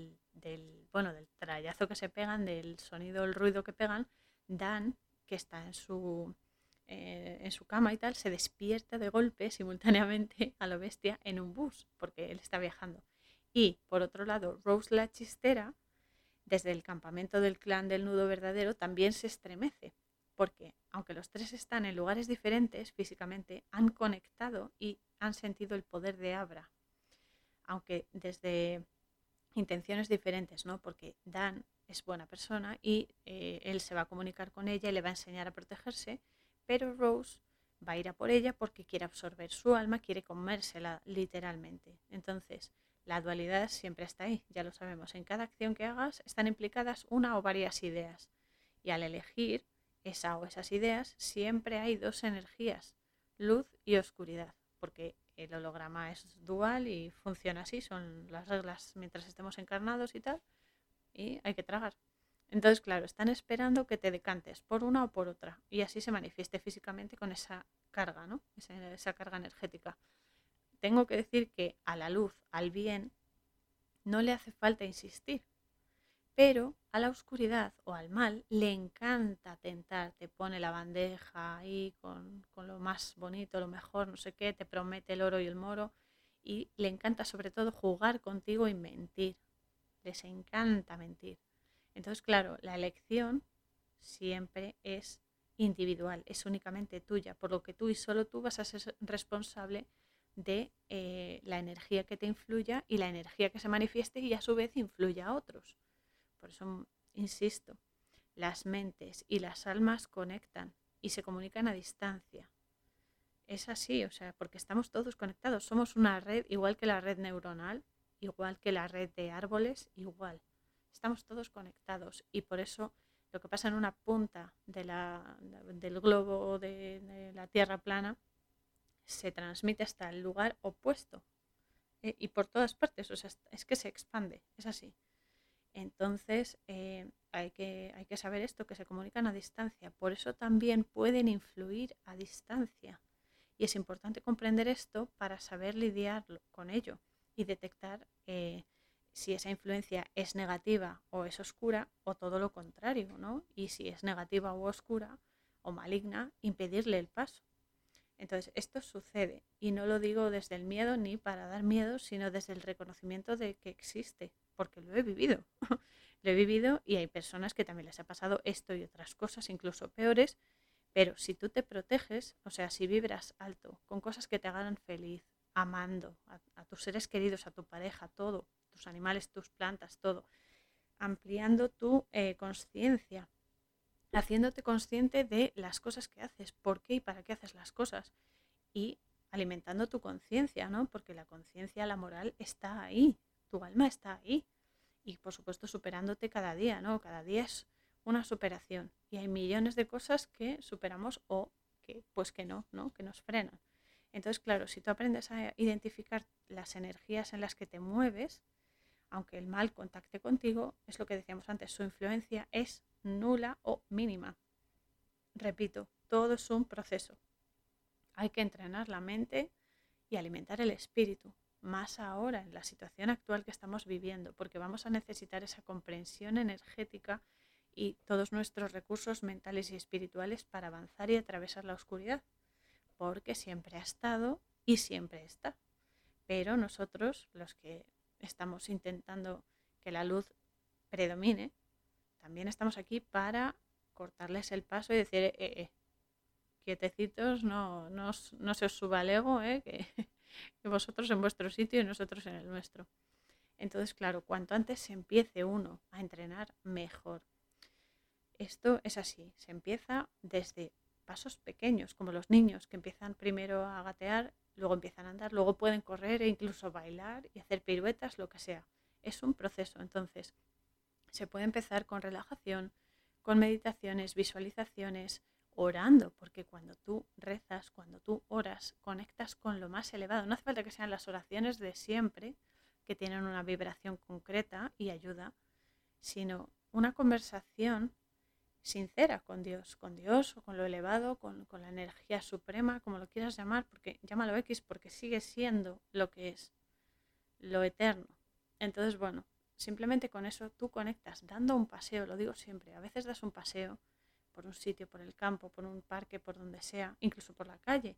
del trayazo que se pegan, del sonido, el ruido que pegan, Dan, que está en su cama y tal, se despierta de golpe simultáneamente a lo bestia en un bus, porque él está viajando. Y por otro lado, Rose la chistera, desde el campamento del clan del nudo verdadero, también se estremece, porque aunque los tres están en lugares diferentes físicamente, han conectado y han sentido el poder de Abra, aunque desde intenciones diferentes, ¿no? Porque Dan es buena persona y él se va a comunicar con ella y le va a enseñar a protegerse, pero Rose va a ir a por ella porque quiere absorber su alma, quiere comérsela literalmente. Entonces, la dualidad siempre está ahí, ya lo sabemos. En cada acción que hagas están implicadas una o varias ideas. Y al elegir esa o esas ideas, siempre hay dos energías, luz y oscuridad, porque el holograma es dual y funciona así, son las reglas mientras estemos encarnados y tal, y hay que tragar. Entonces, claro, están esperando que te decantes por una o por otra y así se manifieste físicamente con esa carga, ¿no? Esa carga energética. Tengo que decir que a la luz, al bien, no le hace falta insistir, pero a la oscuridad o al mal le encanta tentar, te pone la bandeja ahí con lo más bonito, lo mejor, no sé qué, te promete el oro y el moro y le encanta sobre todo jugar contigo y mentir, les encanta mentir. Entonces, claro, la elección siempre es individual, es únicamente tuya, por lo que tú y solo tú vas a ser responsable de la energía que te influya y la energía que se manifieste y a su vez influya a otros. Por eso, insisto, las mentes y las almas conectan y se comunican a distancia. Es así, o sea, porque estamos todos conectados. Somos una red, igual que la red neuronal, igual que la red de árboles, igual. Estamos todos conectados y por eso lo que pasa en una punta del globo de la Tierra plana se transmite hasta el lugar opuesto y por todas partes. O sea, es que se expande, es así. Entonces, hay que saber esto, que se comunican a distancia. Por eso también pueden influir a distancia. Y es importante comprender esto para saber lidiar con ello y detectar si esa influencia es negativa o es oscura o todo lo contrario, ¿no? Y si es negativa o oscura o maligna, impedirle el paso. Entonces, esto sucede y no lo digo desde el miedo ni para dar miedo, sino desde el reconocimiento de que existe, porque lo he vivido. Lo he vivido y hay personas que también les ha pasado esto y otras cosas, incluso peores, pero si tú te proteges, o sea, si vibras alto, con cosas que te hagan feliz, amando a tus seres queridos, a tu pareja, todo, tus animales, tus plantas, todo, ampliando tu conciencia, haciéndote consciente de las cosas que haces, por qué y para qué haces las cosas y alimentando tu conciencia, ¿no? Porque la conciencia, la moral está ahí, tu alma está ahí. Y por supuesto superándote cada día, ¿no? Cada día es una superación. Y hay millones de cosas que superamos o que pues que no, ¿no? Que nos frenan. Entonces, claro, si tú aprendes a identificar las energías en las que te mueves, aunque el mal contacte contigo, es lo que decíamos antes, su influencia es nula o mínima. Repito, todo es un proceso. Hay que entrenar la mente y alimentar el espíritu, más ahora en la situación actual que estamos viviendo, porque vamos a necesitar esa comprensión energética y todos nuestros recursos mentales y espirituales para avanzar y atravesar la oscuridad, porque siempre ha estado y siempre está. Pero nosotros, los que estamos intentando que la luz predomine, también estamos aquí para cortarles el paso y decir, quietecitos, no se os suba el ego, que vosotros en vuestro sitio y nosotros en el nuestro. Entonces, claro, cuanto antes se empiece uno a entrenar, mejor. Esto es así, se empieza desde pasos pequeños, como los niños que empiezan primero a gatear, luego empiezan a andar, luego pueden correr e incluso bailar y hacer piruetas, lo que sea. Es un proceso, entonces se puede empezar con relajación, con meditaciones, visualizaciones, orando, porque cuando tú rezas, cuando tú oras, conectas con lo más elevado. No hace falta que sean las oraciones de siempre, que tienen una vibración concreta y ayuda, sino una conversación sincera con Dios o con lo elevado, con la energía suprema, como lo quieras llamar, porque llámalo X, porque sigue siendo lo que es, lo eterno. Entonces, bueno, simplemente con eso tú conectas, dando un paseo, lo digo siempre, a veces das un paseo por un sitio, por el campo, por un parque, por donde sea, incluso por la calle,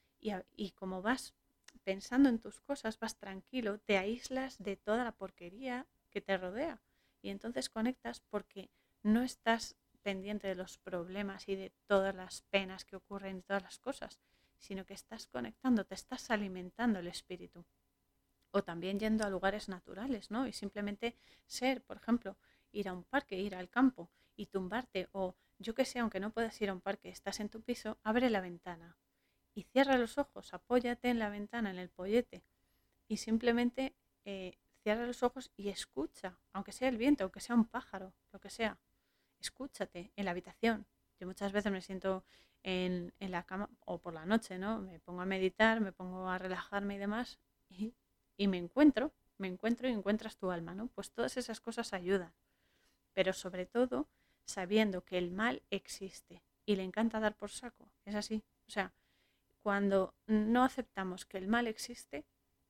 y como vas pensando en tus cosas, vas tranquilo, te aíslas de toda la porquería que te rodea y entonces conectas porque no estás pendiente de los problemas y de todas las penas que ocurren y todas las cosas, sino que estás conectando, te estás alimentando el espíritu. O también yendo a lugares naturales, ¿no? Y simplemente ser, por ejemplo, ir a un parque, ir al campo y tumbarte, o yo que sé, aunque no puedas ir a un parque, estás en tu piso, abre la ventana y cierra los ojos, apóyate en la ventana, en el pollete, y simplemente cierra los ojos y escucha, aunque sea el viento, aunque sea un pájaro, lo que sea, escúchate en la habitación. Yo muchas veces me siento en la cama o por la noche, ¿no? Me pongo a meditar, me pongo a relajarme y demás, y me encuentro y encuentras tu alma, ¿no? Pues todas esas cosas ayudan, pero sobre todo sabiendo que el mal existe y le encanta dar por saco, es así. O sea, cuando no aceptamos que el mal existe,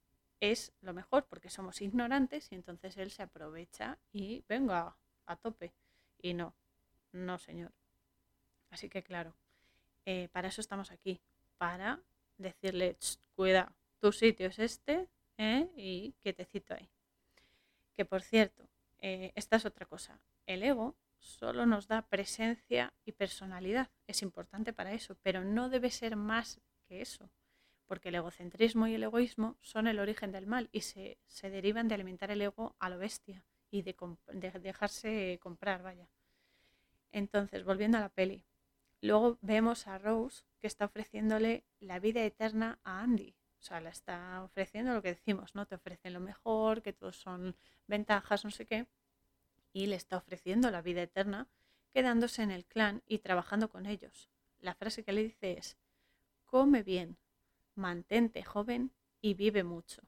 es lo mejor porque somos ignorantes y entonces él se aprovecha y venga a tope. Y no, no señor. Así que claro, para eso estamos aquí, para decirle, cuida, tu sitio es este, y quietecito ahí. Que por cierto, esta es otra cosa. El ego solo nos da presencia y personalidad. Es importante para eso, pero no debe ser más que eso. Porque el egocentrismo y el egoísmo son el origen del mal y se derivan de alimentar el ego a lo bestia y de dejarse comprar, vaya. Entonces, volviendo a la peli, luego vemos a Rose que está ofreciéndole la vida eterna a Andy. O sea, le está ofreciendo lo que decimos, ¿no? Te ofrecen lo mejor, que todos son ventajas, no sé qué. Y le está ofreciendo la vida eterna, quedándose en el clan y trabajando con ellos. La frase que le dice es, come bien, mantente joven y vive mucho.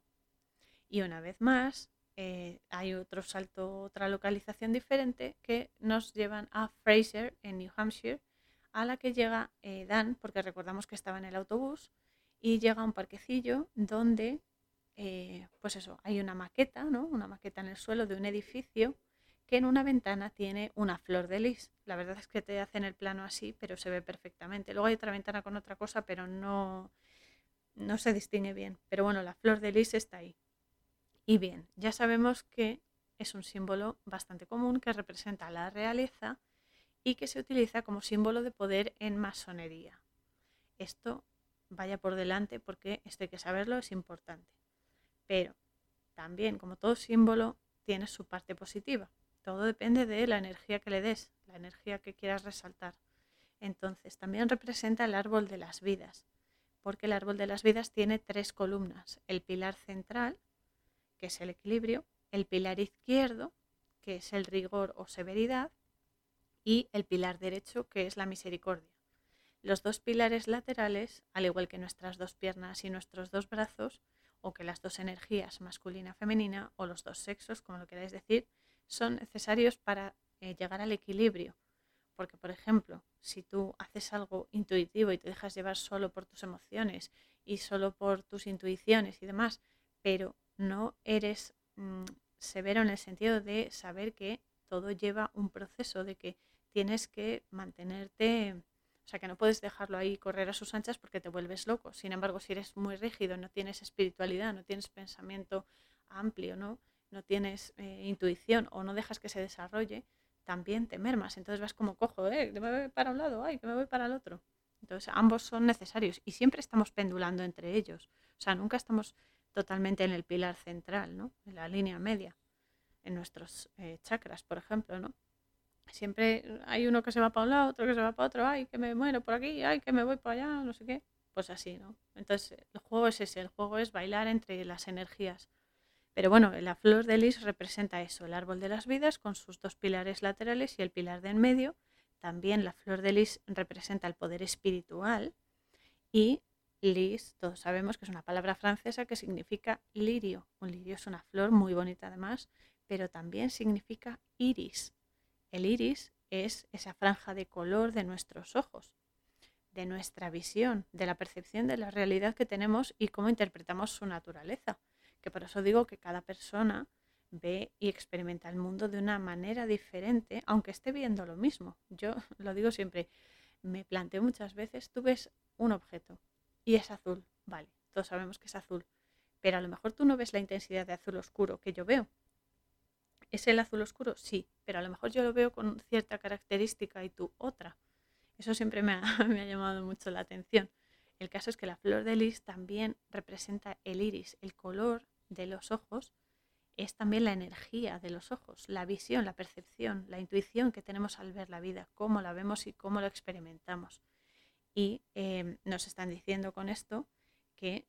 Y una vez más, hay otro salto, otra localización diferente que nos llevan a Fraser, en New Hampshire, a la que llega Dan, porque recordamos que estaba en el autobús, y llega a un parquecillo donde, pues eso, hay una maqueta, ¿no? Una maqueta en el suelo de un edificio que en una ventana tiene una flor de lis. La verdad es que te hacen el plano así, pero se ve perfectamente. Luego hay otra ventana con otra cosa, pero no se distingue bien. Pero bueno, la flor de lis está ahí. Y bien, ya sabemos que es un símbolo bastante común que representa la realeza y que se utiliza como símbolo de poder en masonería. Esto vaya por delante porque esto hay que saberlo, es importante. Pero también, como todo símbolo, tiene su parte positiva. Todo depende de la energía que le des, la energía que quieras resaltar. Entonces, también representa el árbol de las vidas, porque el árbol de las vidas tiene 3 columnas. El pilar central, que es el equilibrio, el pilar izquierdo, que es el rigor o severidad, y el pilar derecho, que es la misericordia. Los 2 pilares laterales, al igual que nuestras 2 piernas y nuestros 2 brazos, o que las 2 energías, masculina, femenina, o los 2 sexos, como lo queráis decir, son necesarios para llegar al equilibrio. Porque, por ejemplo, si tú haces algo intuitivo y te dejas llevar solo por tus emociones y solo por tus intuiciones y demás, pero no eres severo en el sentido de saber que todo lleva un proceso, de que tienes que mantenerte, o sea, que no puedes dejarlo ahí correr a sus anchas porque te vuelves loco. Sin embargo, si eres muy rígido, no tienes espiritualidad, no tienes pensamiento amplio, no tienes intuición o no dejas que se desarrolle, también te mermas. Entonces vas como cojo, que me voy para un lado, ay, que me voy para el otro. Entonces ambos son necesarios y siempre estamos pendulando entre ellos. O sea, nunca estamos totalmente en el pilar central, ¿no? En la línea media, en nuestros chakras, por ejemplo, ¿no? Siempre hay uno que se va para un lado, otro que se va para otro, ay, que me muero por aquí, ay, que me voy para allá, no sé qué. Pues así, ¿no? Entonces el juego es ese, el juego es bailar entre las energías. Pero bueno, la flor de lis representa eso, el árbol de las vidas con sus 2 pilares laterales y el pilar de en medio. También la flor de lis representa el poder espiritual y lis, todos sabemos que es una palabra francesa que significa lirio. Un lirio es una flor muy bonita además, pero también significa iris. El iris es esa franja de color de nuestros ojos, de nuestra visión, de la percepción de la realidad que tenemos y cómo interpretamos su naturaleza. Que por eso digo que cada persona ve y experimenta el mundo de una manera diferente, aunque esté viendo lo mismo. Yo lo digo siempre, me planteo muchas veces, tú ves un objeto y es azul, vale, todos sabemos que es azul, pero a lo mejor tú no ves la intensidad de azul oscuro que yo veo. ¿Es el azul oscuro? Sí, pero a lo mejor yo lo veo con cierta característica y tú otra. Eso siempre me ha llamado mucho la atención. El caso es que la flor de lis también representa el iris, el color de los ojos es también la energía de los ojos, la visión, la percepción, la intuición que tenemos al ver la vida, cómo la vemos y cómo lo experimentamos. Y nos están diciendo con esto que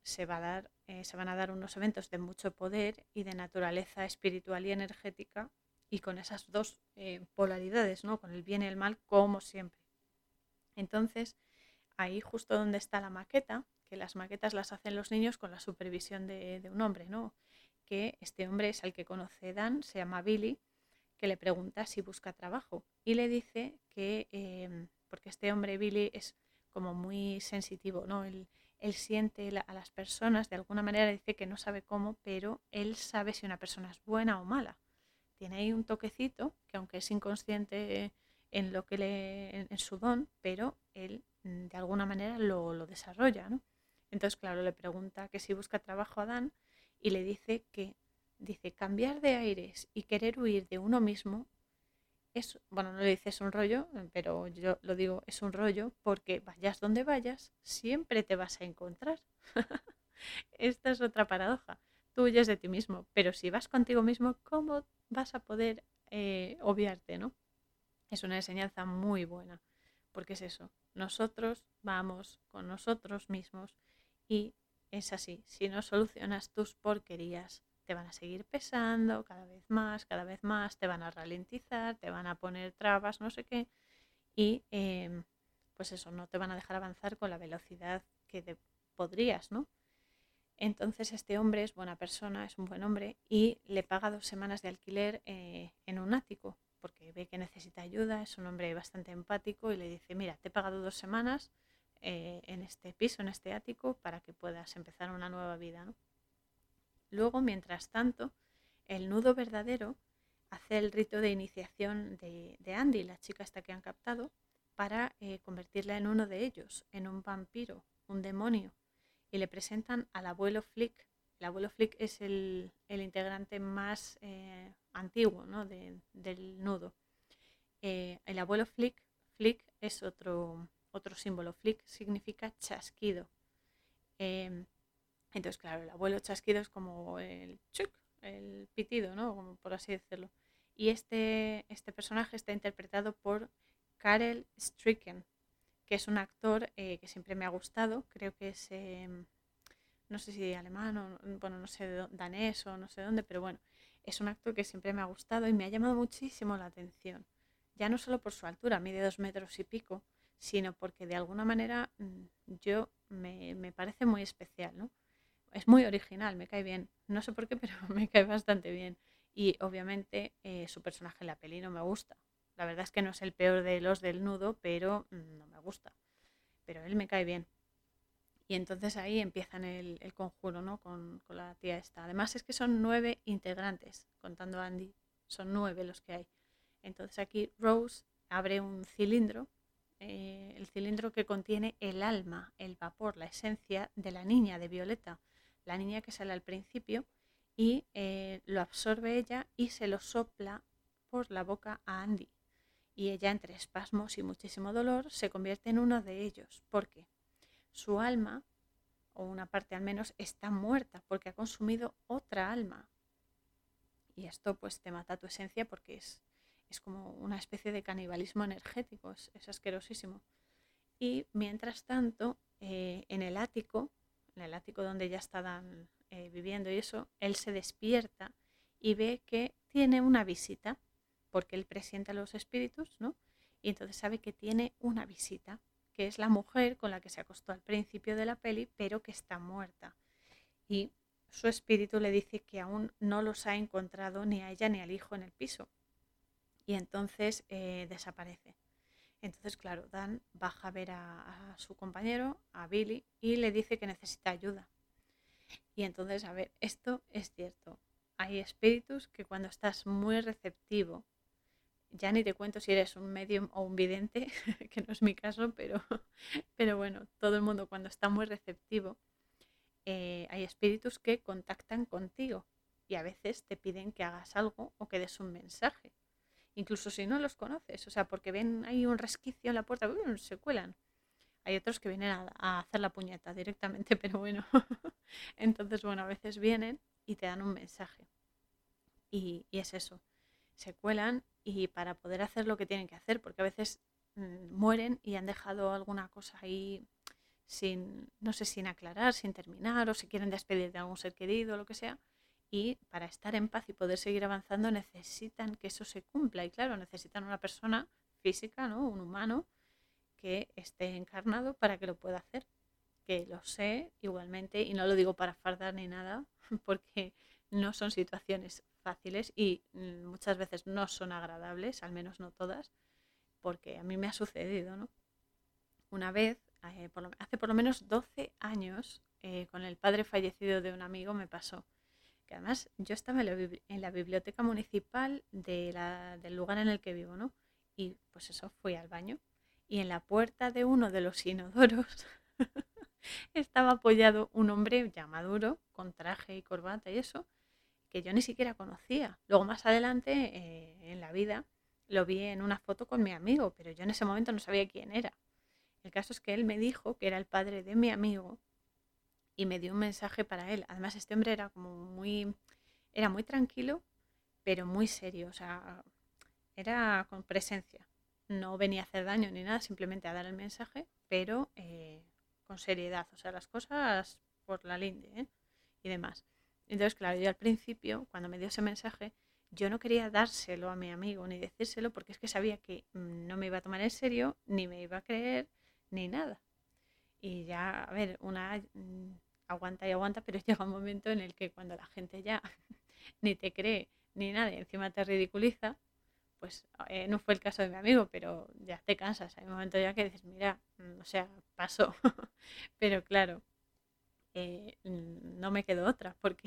se van a dar unos eventos de mucho poder y de naturaleza espiritual y energética y con esas 2 polaridades, ¿no? Con el bien y el mal, como siempre. Entonces, ahí justo donde está la maqueta, que las maquetas las hacen los niños con la supervisión de un hombre, ¿no? Que este hombre es el que conoce Dan, se llama Billy, que le pregunta si busca trabajo y le dice que, porque este hombre Billy es como muy sensitivo, ¿no? Él siente a las personas, de alguna manera dice que no sabe cómo, pero él sabe si una persona es buena o mala. Tiene ahí un toquecito que aunque es inconsciente en lo que en su don, pero él de alguna manera lo desarrolla, ¿no? Entonces, claro, le pregunta que si busca trabajo a Dan y le dice que dice cambiar de aires y querer huir de uno mismo es, bueno, no le dice es un rollo, pero yo lo digo es un rollo porque vayas donde vayas, siempre te vas a encontrar. Esta es otra paradoja. Tú huyes de ti mismo, pero si vas contigo mismo, ¿cómo vas a poder obviarte, no? Es una enseñanza muy buena, porque es eso. Nosotros vamos con nosotros mismos y es así. Si no solucionas tus porquerías, te van a seguir pesando cada vez más, te van a ralentizar, te van a poner trabas, no sé qué, y pues eso, no te van a dejar avanzar con la velocidad que podrías, ¿no? Entonces este hombre es buena persona, es un buen hombre y le paga 2 semanas de alquiler en un ático porque ve que necesita ayuda, es un hombre bastante empático y le dice, mira, te he pagado 2 semanas en este piso, en este ático, para que puedas empezar una nueva vida, ¿no? Luego, mientras tanto, el nudo verdadero hace el rito de iniciación de Andy, la chica esta que han captado, para convertirla en uno de ellos, en un vampiro, un demonio y le presentan al abuelo Flick. El abuelo Flick es el integrante más antiguo, ¿no? Del nudo. El abuelo Flick es otro símbolo. Flick significa chasquido. Eh, entonces, claro, el abuelo chasquido es como el chuc, el pitido, ¿no? Como por así decirlo. Y este personaje está interpretado por Karel Stricken, que es un actor que siempre me ha gustado, creo que es, no sé si alemán o, bueno, no sé, danés o no sé dónde, pero bueno, es un actor que siempre me ha gustado y me ha llamado muchísimo la atención. Ya no solo por su altura, mide 2 metros y pico, sino porque de alguna manera me parece muy especial, ¿no? Es muy original, me cae bien. No sé por qué, pero me cae bastante bien. Y obviamente su personaje en la peli no me gusta. La verdad es que no es el peor de los del nudo, pero no me gusta. Pero él me cae bien. Y entonces ahí empiezan el conjuro, ¿no? Con la tía esta. Además es que son 9 integrantes, contando a Andy. Son 9 los que hay. Entonces aquí Rose abre un cilindro, el cilindro que contiene el alma, el vapor, la esencia de la niña, de Violeta, la niña que sale al principio, y lo absorbe ella y se lo sopla por la boca a Andy. Y ella, entre espasmos y muchísimo dolor, se convierte en uno de ellos, porque su alma, o una parte al menos, está muerta porque ha consumido otra alma. Y esto pues te mata tu esencia porque es como una especie de canibalismo energético, es asquerosísimo. Y mientras tanto, en el ático donde ya estaban viviendo y eso, él se despierta y ve que tiene una visita, porque él presiente a los espíritus, ¿no? Y entonces sabe que tiene una visita, que es la mujer con la que se acostó al principio de la peli, pero que está muerta. Y su espíritu le dice que aún no los ha encontrado ni a ella ni al hijo en el piso. Y entonces desaparece. Entonces, claro, Dan baja a ver a su compañero, a Billy, y le dice que necesita ayuda. Y entonces, a ver, esto es cierto. Hay espíritus que cuando estás muy receptivo, ya ni te cuento si eres un medium o un vidente, que no es mi caso, pero bueno, todo el mundo cuando está muy receptivo, hay espíritus que contactan contigo y a veces te piden que hagas algo o que des un mensaje, incluso si no los conoces, o sea, porque ven ahí un resquicio en la puerta, se cuelan. Hay otros que vienen a hacer la puñeta directamente, pero bueno, entonces, bueno, a veces vienen y te dan un mensaje y es eso, se cuelan y para poder hacer lo que tienen que hacer, porque a veces mueren y han dejado alguna cosa ahí sin, no sé, sin aclarar, sin terminar, o se quieren despedir de algún ser querido o lo que sea. Y para estar en paz y poder seguir avanzando necesitan que eso se cumpla. Y claro, necesitan una persona física, ¿no? Un humano que esté encarnado para que lo pueda hacer. Que lo sé igualmente y no lo digo para fardar ni nada, porque no son situaciones fáciles y muchas veces no son agradables, al menos no todas, porque a mí me ha sucedido, ¿no? Una vez, hace por lo menos 12 años, con el padre fallecido de un amigo me pasó. Que además yo estaba en la biblioteca municipal del lugar en el que vivo, ¿no? Y pues eso, fui al baño. Y en la puerta de uno de los inodoros estaba apoyado un hombre ya maduro, con traje y corbata y eso, que yo ni siquiera conocía. Luego más adelante, en la vida, lo vi en una foto con mi amigo, pero yo en ese momento no sabía quién era. El caso es que él me dijo que era el padre de mi amigo y me dio un mensaje para él. Además, este hombre era muy tranquilo, pero muy serio. O sea, era con presencia. No venía a hacer daño ni nada, simplemente a dar el mensaje, pero con seriedad. O sea, las cosas por la linde, ¿eh? Y demás. Entonces, claro, yo al principio, cuando me dio ese mensaje, yo no quería dárselo a mi amigo ni decírselo porque es que sabía que no me iba a tomar en serio, ni me iba a creer, ni nada. Y ya, a ver, aguanta y aguanta, pero llega un momento en el que cuando la gente ya ni te cree ni nada y encima te ridiculiza, pues no fue el caso de mi amigo, pero ya te cansas. Hay un momento ya que dices, mira, o sea, pasó. Pero claro, no me quedó otra, porque,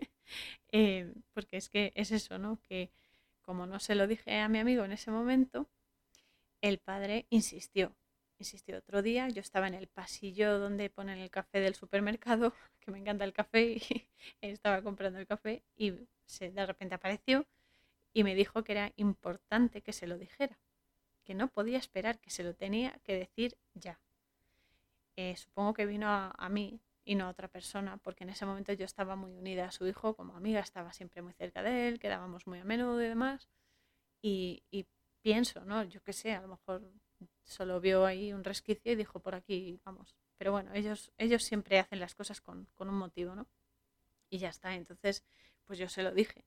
porque es que es eso, ¿no? Que como no se lo dije a mi amigo en ese momento, el padre insistió otro día. Yo estaba en el pasillo donde ponen el café del supermercado, que me encanta el café, y estaba comprando el café y de repente apareció y me dijo que era importante que se lo dijera, que no podía esperar, que se lo tenía que decir ya. Supongo que vino a mí y no a otra persona, porque en ese momento yo estaba muy unida a su hijo como amiga, estaba siempre muy cerca de él, quedábamos muy a menudo y demás. Y pienso, ¿no? Yo qué sé, a lo mejor Solo vio ahí un resquicio y dijo, por aquí vamos. Pero bueno, ellos siempre hacen las cosas con un motivo, ¿no? Y ya está. Entonces, pues yo se lo dije.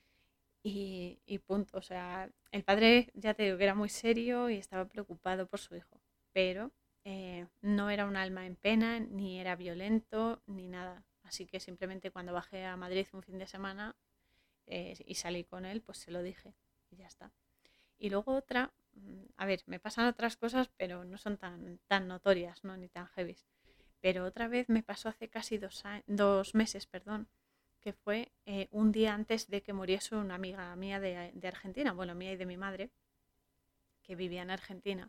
Y punto. O sea, el padre, ya te digo, que era muy serio y estaba preocupado por su hijo. Pero no era un alma en pena, ni era violento, ni nada. Así que simplemente cuando bajé a Madrid un fin de semana y salí con él, pues se lo dije. Y ya está. Y luego otra, a ver, me pasan otras cosas, pero no son tan notorias, ¿no? Ni tan heavies. Pero otra vez me pasó hace casi 2 meses, perdón, que fue un día antes de que muriese una amiga mía de Argentina, bueno, mía y de mi madre, que vivía en Argentina.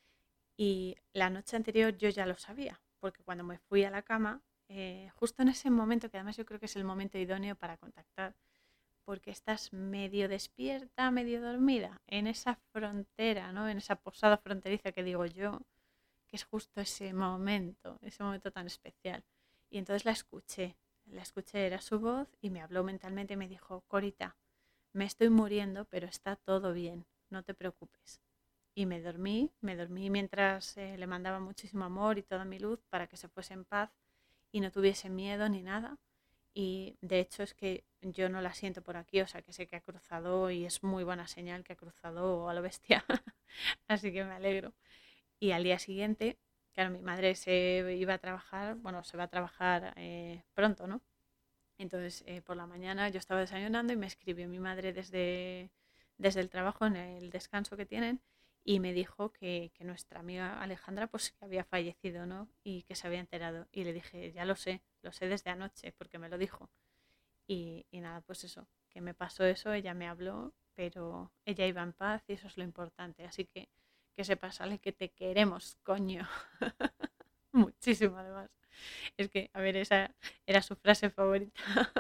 Y la noche anterior yo ya lo sabía, porque cuando me fui a la cama, justo en ese momento, que además yo creo que es el momento idóneo para contactar, porque estás medio despierta, medio dormida, en esa frontera, ¿no? En esa posada fronteriza que digo yo, que es justo ese momento tan especial. Y entonces la escuché, era su voz y me habló mentalmente y me dijo, Corita, me estoy muriendo, pero está todo bien, no te preocupes. Y me dormí mientras le mandaba muchísimo amor y toda mi luz para que se fuese en paz y no tuviese miedo ni nada. Y de hecho es que yo no la siento por aquí, o sea que sé que ha cruzado y es muy buena señal que ha cruzado a lo bestia. Así que me alegro. Y al día siguiente, claro, mi madre se iba a trabajar, bueno, se va a trabajar pronto, ¿no? Entonces, por la mañana yo estaba desayunando y me escribió mi madre desde el trabajo en el descanso que tienen y me dijo que nuestra amiga Alejandra pues que había fallecido, ¿no? Y que se había enterado. Y le dije, ya lo sé desde anoche porque me lo dijo. Y nada, pues eso, que me pasó eso, ella me habló, pero ella iba en paz y eso es lo importante. Así que sepas, Ale, que te queremos, coño. Muchísimo además. Es que, a ver, esa era su frase favorita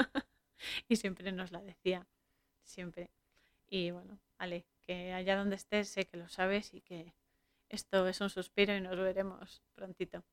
y siempre nos la decía, siempre. Y bueno, Ale, que allá donde estés sé que lo sabes y que esto es un suspiro y nos veremos prontito.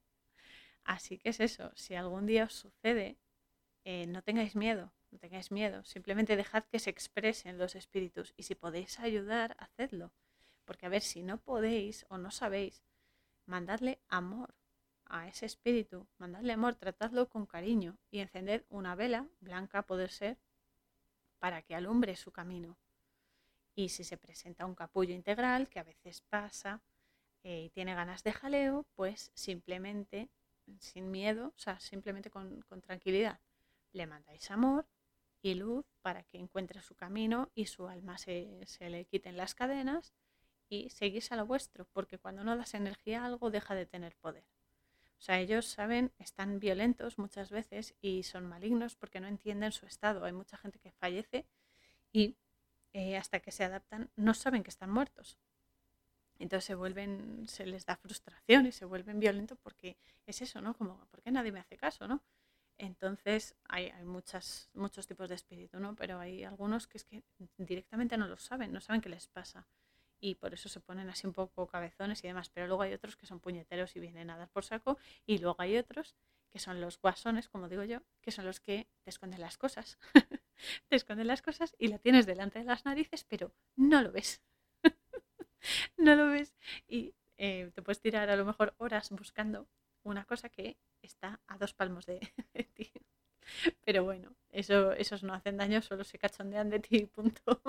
Así que es eso, si algún día os sucede, no tengáis miedo, no tengáis miedo, simplemente dejad que se expresen los espíritus y si podéis ayudar, hacedlo. Porque a ver, si no podéis o no sabéis, mandadle amor a ese espíritu, mandadle amor, tratadlo con cariño y encended una vela, blanca a poder ser, para que alumbre su camino. Y si se presenta un capullo integral, que a veces pasa, y tiene ganas de jaleo, pues simplemente, sin miedo, o sea, simplemente con tranquilidad, le mandáis amor y luz para que encuentre su camino y su alma se le quiten las cadenas y seguís a lo vuestro, porque cuando no das energía a algo deja de tener poder. O sea, ellos saben, están violentos muchas veces y son malignos porque no entienden su estado. Hay mucha gente que fallece y hasta que se adaptan no saben que están muertos. Entonces se les da frustración y se vuelven violentos porque es eso, ¿no? Como, ¿por qué nadie me hace caso, no? Entonces hay muchos tipos de espíritu, ¿no? Pero hay algunos que es que directamente no lo saben, no saben qué les pasa. Y por eso se ponen así un poco cabezones y demás. Pero luego hay otros que son puñeteros y vienen a dar por saco. Y luego hay otros que son los guasones, como digo yo, que son los que te esconden las cosas. Te esconden las cosas y la tienes delante de las narices, pero no lo ves. No lo ves y te puedes tirar a lo mejor horas buscando una cosa que está a 2 palmos de ti. Pero bueno, esos no hacen daño, solo se cachondean de ti, punto.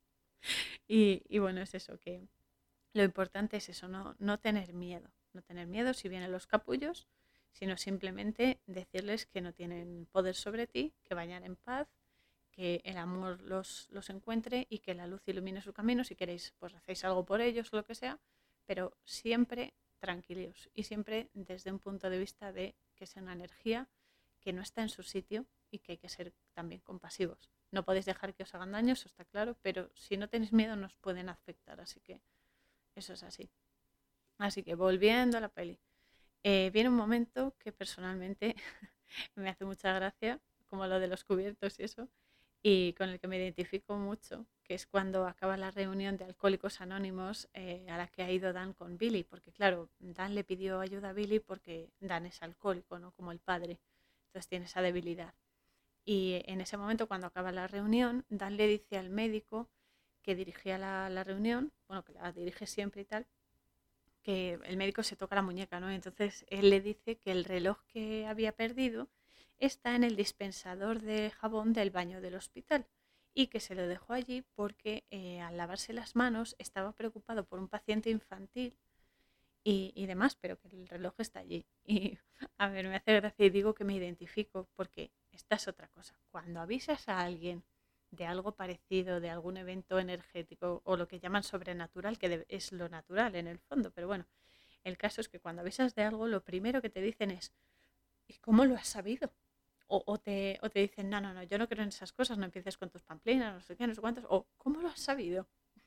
Y bueno, es eso, que lo importante es eso, no tener miedo. No tener miedo si vienen los capullos, sino simplemente decirles que no tienen poder sobre ti, que vayan en paz, que el amor los encuentre y que la luz ilumine su camino. Si queréis, pues hacéis algo por ellos o lo que sea, pero siempre tranquilos y siempre desde un punto de vista de que es una energía que no está en su sitio y que hay que ser también compasivos. No podéis dejar que os hagan daño, eso está claro, pero si no tenéis miedo nos pueden afectar, así que eso es así. Así que volviendo a la peli, viene un momento que personalmente me hace mucha gracia, como lo de los cubiertos y eso, y con el que me identifico mucho, que es cuando acaba la reunión de Alcohólicos Anónimos a la que ha ido Dan con Billy, porque claro, Dan le pidió ayuda a Billy porque Dan es alcohólico, ¿no? Como el padre, entonces tiene esa debilidad. Y en ese momento, cuando acaba la reunión, Dan le dice al médico que dirigía la reunión, bueno, que la dirige siempre y tal, que el médico se toca la muñeca, ¿no? Entonces él le dice que el reloj que había perdido está en el dispensador de jabón del baño del hospital y que se lo dejó allí porque al lavarse las manos estaba preocupado por un paciente infantil y demás, pero que el reloj está allí. Y a ver, me hace gracia y digo que me identifico porque esta es otra cosa. Cuando avisas a alguien de algo parecido, de algún evento energético o lo que llaman sobrenatural, que es lo natural en el fondo, pero bueno, el caso es que cuando avisas de algo, lo primero que te dicen es, ¿y cómo lo has sabido? O te dicen, no, no, no, yo no creo en esas cosas, no empieces con tus pamplinas, no sé qué, no sé cuántos, o ¿cómo lo has sabido?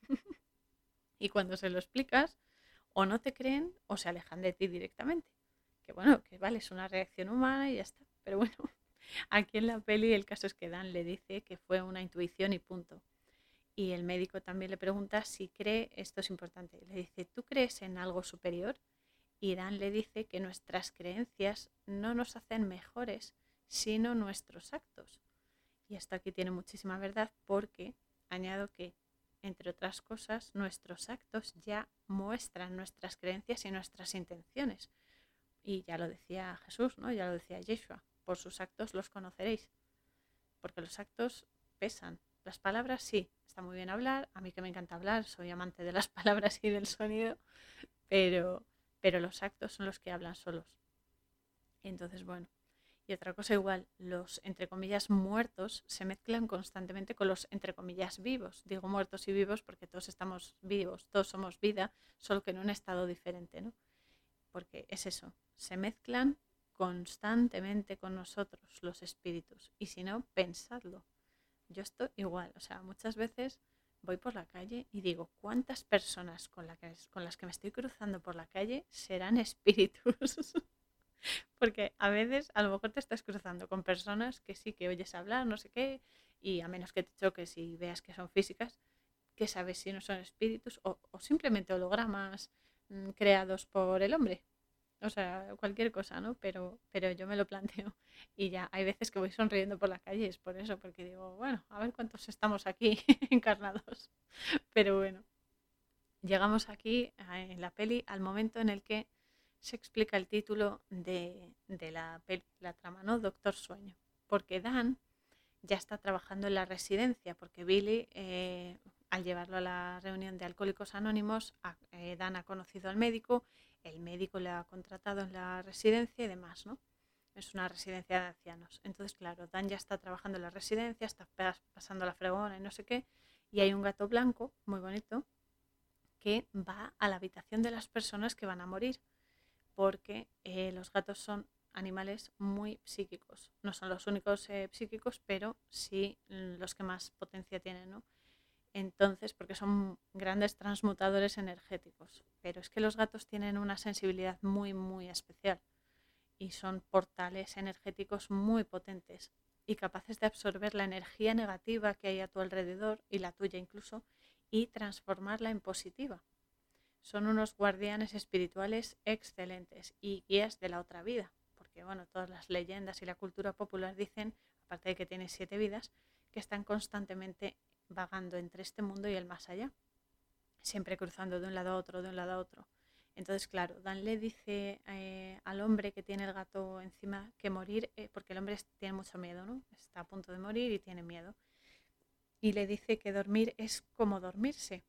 Y cuando se lo explicas, o no te creen o se alejan de ti directamente. Que bueno, que vale, es una reacción humana y ya está. Pero bueno, aquí en la peli el caso es que Dan le dice que fue una intuición y punto. Y el médico también le pregunta si cree, esto es importante, le dice, ¿tú crees en algo superior? Y Dan le dice que nuestras creencias no nos hacen mejores, sino nuestros actos. Y esto aquí tiene muchísima verdad porque añado que, entre otras cosas, nuestros actos ya muestran nuestras creencias y nuestras intenciones. Y ya lo decía Jesús, ¿no? Ya lo decía Yeshua, por sus actos los conoceréis, porque los actos pesan. Las palabras sí, está muy bien hablar, a mí que me encanta hablar, soy amante de las palabras y del sonido, pero, pero los actos son los que hablan solos. Entonces, bueno, y otra cosa igual, los entre comillas muertos se mezclan constantemente con los entre comillas vivos. Digo muertos y vivos porque todos estamos vivos, todos somos vida, solo que en un estado diferente, ¿no? Porque es eso, se mezclan constantemente con nosotros los espíritus. Y si no, pensadlo. Yo estoy igual, o sea, muchas veces voy por la calle y digo, ¿cuántas personas con las que me estoy cruzando por la calle serán espíritus? Porque a veces a lo mejor te estás cruzando con personas que sí que oyes hablar, no sé qué, y a menos que te choques y veas que son físicas, que sabes si no son espíritus o simplemente hologramas creados por el hombre. O sea, cualquier cosa, ¿no? Pero yo me lo planteo. Y ya hay veces que voy sonriendo por la calle, es por eso, porque digo, bueno, a ver cuántos estamos aquí encarnados. Pero bueno, llegamos aquí en la peli al momento en el que se explica el título de la trama, ¿no? Doctor Sueño. Porque Dan ya está trabajando en la residencia, porque Billy, al llevarlo a la reunión de Alcohólicos Anónimos, Dan ha conocido al médico, el médico le ha contratado en la residencia y demás, ¿no? Es una residencia de ancianos. Entonces, claro, Dan ya está trabajando en la residencia, está pasando la fregona y no sé qué, y hay un gato blanco, muy bonito, que va a la habitación de las personas que van a morir, porque los gatos son animales muy psíquicos. No son los únicos psíquicos, pero sí los que más potencia tienen, ¿no? Entonces, porque son grandes transmutadores energéticos. Pero es que los gatos tienen una sensibilidad muy, muy especial y son portales energéticos muy potentes y capaces de absorber la energía negativa que hay a tu alrededor y la tuya incluso y transformarla en positiva. Son unos guardianes espirituales excelentes y guías de la otra vida, porque bueno, todas las leyendas y la cultura popular dicen, aparte de que tiene 7 vidas, que están constantemente vagando entre este mundo y el más allá, siempre cruzando de un lado a otro, de un lado a otro. Entonces, claro, Dan le dice al hombre que tiene el gato encima que morir, porque el hombre tiene mucho miedo, ¿no? Está a punto de morir y tiene miedo. Y le dice que dormir es como dormirse,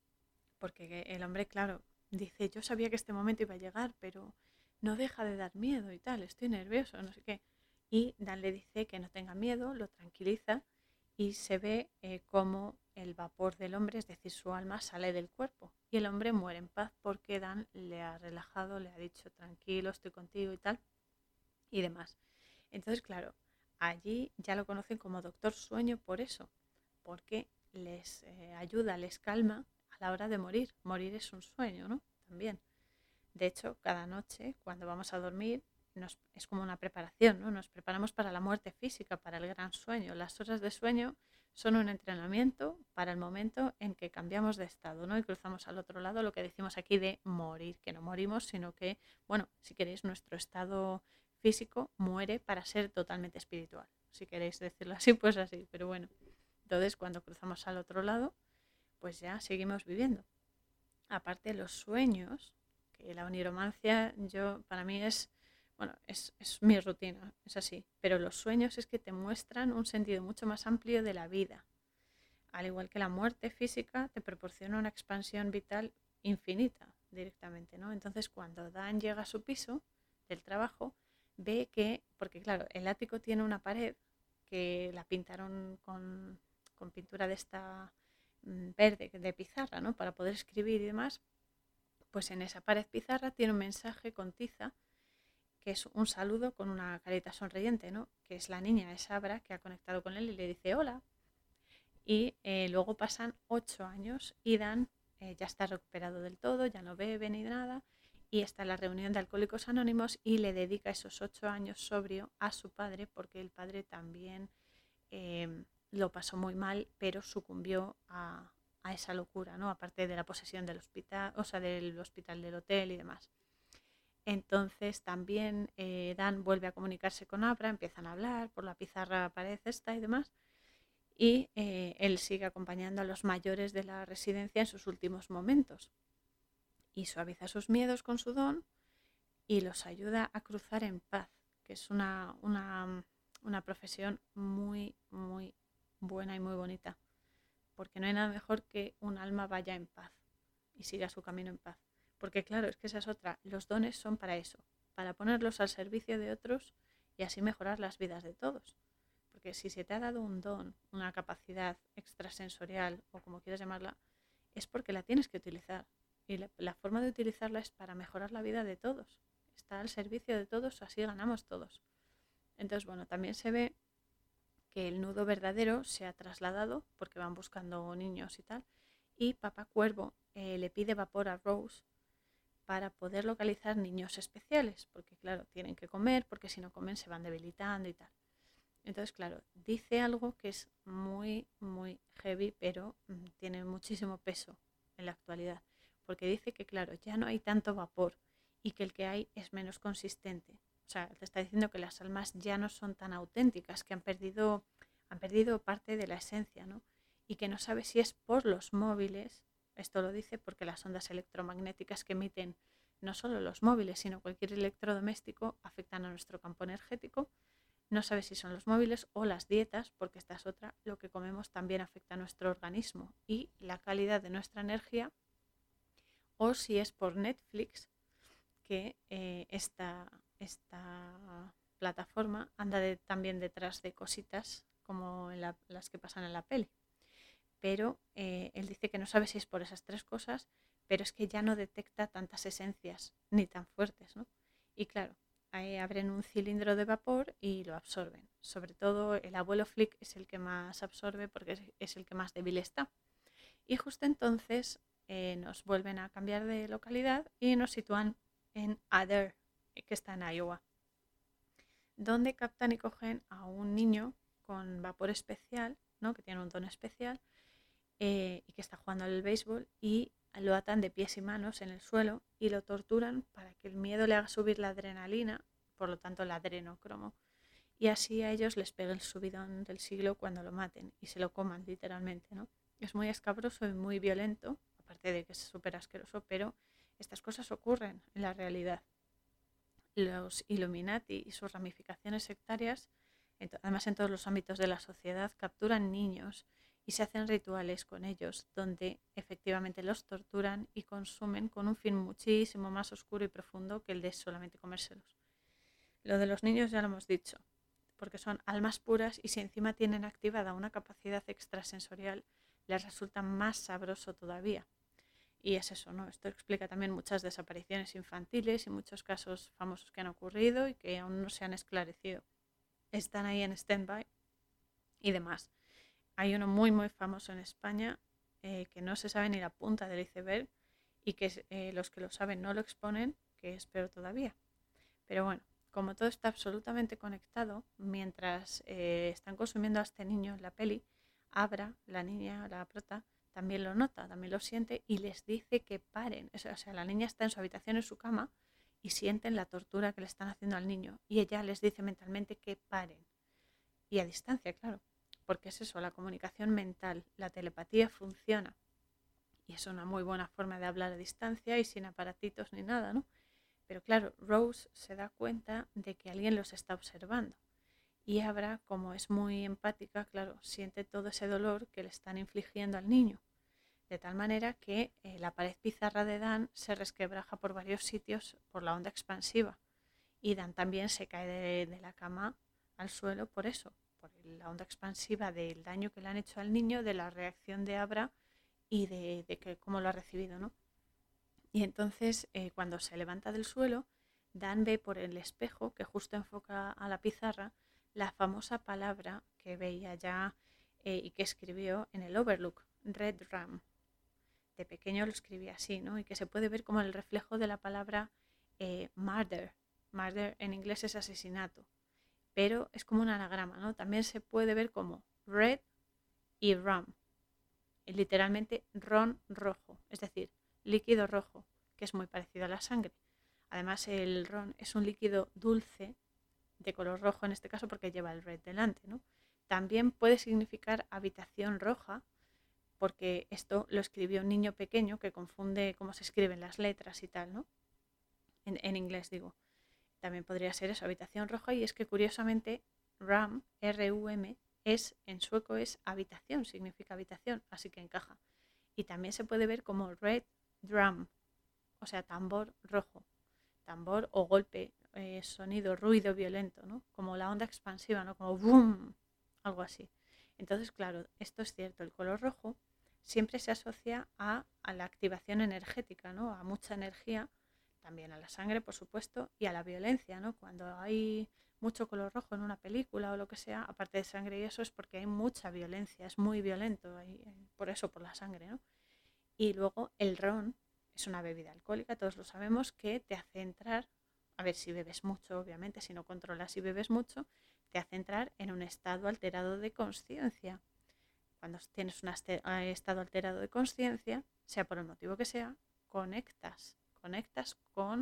porque el hombre, claro, dice, yo sabía que este momento iba a llegar, pero no deja de dar miedo y tal, estoy nervioso, no sé qué. Y Dan le dice que no tenga miedo, lo tranquiliza y se ve cómo el vapor del hombre, es decir, su alma, sale del cuerpo. Y el hombre muere en paz porque Dan le ha relajado, le ha dicho, tranquilo, estoy contigo y tal, y demás. Entonces, claro, allí ya lo conocen como Doctor Sueño por eso, porque les ayuda, les calma a la hora de morir. Morir es un sueño, ¿no? También. De hecho, cada noche, cuando vamos a dormir, es como una preparación, ¿no? Nos preparamos para la muerte física, para el gran sueño. Las horas de sueño son un entrenamiento para el momento en que cambiamos de estado, ¿no? Y cruzamos al otro lado, lo que decimos aquí de morir, que no morimos, sino que, bueno, si queréis, nuestro estado físico muere para ser totalmente espiritual. Si queréis decirlo así, pues así, pero bueno. Entonces, cuando cruzamos al otro lado, pues ya seguimos viviendo. Aparte, los sueños, porque la oniromancia para mí es, bueno, es mi rutina, es así. Pero los sueños es que te muestran un sentido mucho más amplio de la vida. Al igual que la muerte física, te proporciona una expansión vital infinita directamente, ¿no? Entonces, cuando Dan llega a su piso del trabajo, ve que, porque claro, el ático tiene una pared que la pintaron con pintura de esta verde, de pizarra, ¿no? Para poder escribir y demás, pues en esa pared pizarra tiene un mensaje con tiza que es un saludo con una carita sonriente, ¿no? Que es la niña, es Abra, que ha conectado con él y le dice hola. Y luego pasan 8 años y Dan ya está recuperado del todo, ya no bebe ni nada, y está en la reunión de Alcohólicos Anónimos y le dedica esos 8 años sobrio a su padre, porque el padre también lo pasó muy mal, pero sucumbió a esa locura, ¿no? Aparte de la posesión del hospital, o sea, del hospital, del hotel y demás. Entonces también Dan vuelve a comunicarse con Abra, empiezan a hablar, por la pizarra aparece esta y demás, y él sigue acompañando a los mayores de la residencia en sus últimos momentos y suaviza sus miedos con su don y los ayuda a cruzar en paz, que es una profesión muy, muy buena y muy bonita, porque no hay nada mejor que un alma vaya en paz y siga su camino en paz. Porque claro, es que esa es otra, los dones son para eso, para ponerlos al servicio de otros y así mejorar las vidas de todos. Porque si se te ha dado un don, una capacidad extrasensorial o como quieras llamarla, es porque la tienes que utilizar. Y la forma de utilizarla es para mejorar la vida de todos. Está al servicio de todos, así ganamos todos. Entonces, bueno, también se ve que el nudo verdadero se ha trasladado porque van buscando niños y tal. Y Papá Cuervo le pide vapor a Rose para poder localizar niños especiales, porque claro, tienen que comer, porque si no comen se van debilitando y tal. Entonces, claro, dice algo que es muy, muy heavy, pero tiene muchísimo peso en la actualidad. Porque dice que, claro, ya no hay tanto vapor y que el que hay es menos consistente. O sea, te está diciendo que las almas ya no son tan auténticas, que han perdido parte de la esencia, ¿no? Y que no sabe si es por los móviles, esto lo dice porque las ondas electromagnéticas que emiten no solo los móviles, sino cualquier electrodoméstico afectan a nuestro campo energético. No sabe si son los móviles o las dietas, porque esta es otra, lo que comemos también afecta a nuestro organismo y la calidad de nuestra energía, o si es por Netflix, que esta plataforma anda también detrás de cositas como las que pasan en la peli. Pero él dice que no sabe si es por esas tres cosas, pero es que ya no detecta tantas esencias ni tan fuertes, ¿no? Y claro, ahí abren un cilindro de vapor y lo absorben. Sobre todo el abuelo Flick es el que más absorbe porque es el que más débil está. Y justo entonces nos vuelven a cambiar de localidad y nos sitúan en Adair, que está en Iowa, donde captan y cogen a un niño con vapor especial, ¿no? Que tiene un don especial y que está jugando al béisbol y lo atan de pies y manos en el suelo y lo torturan para que el miedo le haga subir la adrenalina, por lo tanto el adrenocromo, y así a ellos les pegue el subidón del siglo cuando lo maten y se lo coman literalmente, ¿no? Es muy escabroso y muy violento, aparte de que es súper asqueroso, pero estas cosas ocurren en la realidad. Los Illuminati y sus ramificaciones sectarias, además en todos los ámbitos de la sociedad, capturan niños y se hacen rituales con ellos, donde efectivamente los torturan y consumen con un fin muchísimo más oscuro y profundo que el de solamente comérselos. Lo de los niños ya lo hemos dicho, porque son almas puras y si encima tienen activada una capacidad extrasensorial, les resulta más sabroso todavía. Y es eso, ¿no? Esto explica también muchas desapariciones infantiles y muchos casos famosos que han ocurrido y que aún no se han esclarecido. Están ahí en stand-by y demás. Hay uno muy, muy famoso en España que no se sabe ni la punta del iceberg y que los que lo saben no lo exponen, que es peor todavía. Pero bueno, como todo está absolutamente conectado, mientras están consumiendo a este niño en la peli, Abra, la niña, la prota, también lo nota, también lo siente y les dice que paren. O sea, la niña está en su habitación, en su cama, y sienten la tortura que le están haciendo al niño. Y ella les dice mentalmente que paren. Y a distancia, claro, porque es eso, la comunicación mental, la telepatía funciona. y es una muy buena forma de hablar a distancia y sin aparatitos ni nada, ¿no? Pero claro, Rose se da cuenta de que alguien los está observando. Y Abra, como es muy empática, claro, siente todo ese dolor que le están infligiendo al niño. De tal manera que la pared pizarra de Dan se resquebraja por varios sitios por la onda expansiva. Y Dan también se cae de la cama al suelo por eso, por la onda expansiva del daño que le han hecho al niño, de la reacción de Abra y de que cómo lo ha recibido, ¿no? Y entonces, cuando se levanta del suelo, Dan ve por el espejo, que justo enfoca a la pizarra, la famosa palabra que veía ya y que escribió en el Overlook, Red Ram. De pequeño lo escribía así, ¿no? Y que se puede ver como el reflejo de la palabra murder. Murder en inglés es asesinato, pero es como un anagrama, ¿no? También se puede ver como red y rum, literalmente ron rojo, es decir, líquido rojo, que es muy parecido a la sangre. Además, el ron es un líquido dulce, de color rojo en este caso porque lleva el red delante, ¿no? También puede significar habitación roja, porque esto lo escribió un niño pequeño que confunde cómo se escriben las letras y tal, ¿no? En inglés digo. También podría ser eso, habitación roja, y es que curiosamente RAM, R-U-M, en sueco es habitación, significa habitación, así que encaja. Y también se puede ver como red drum, o sea, tambor rojo, tambor o golpe, sonido, ruido violento, ¿no? Como la onda expansiva, ¿no? Como boom, algo así. Entonces, claro, esto es cierto, el color rojo siempre se asocia a la activación energética, ¿no? A mucha energía, también a la sangre, por supuesto, y a la violencia, ¿no? Cuando hay mucho color rojo en una película o lo que sea, aparte de sangre y eso, es porque hay mucha violencia, es muy violento, por eso, por la sangre, ¿no? Y luego el ron es una bebida alcohólica, todos lo sabemos, que te hace entrar, a ver si bebes mucho, obviamente, si no controlas y bebes mucho, te hace entrar en un estado alterado de conciencia. Cuando tienes un estado alterado de conciencia, sea por el motivo que sea, conectas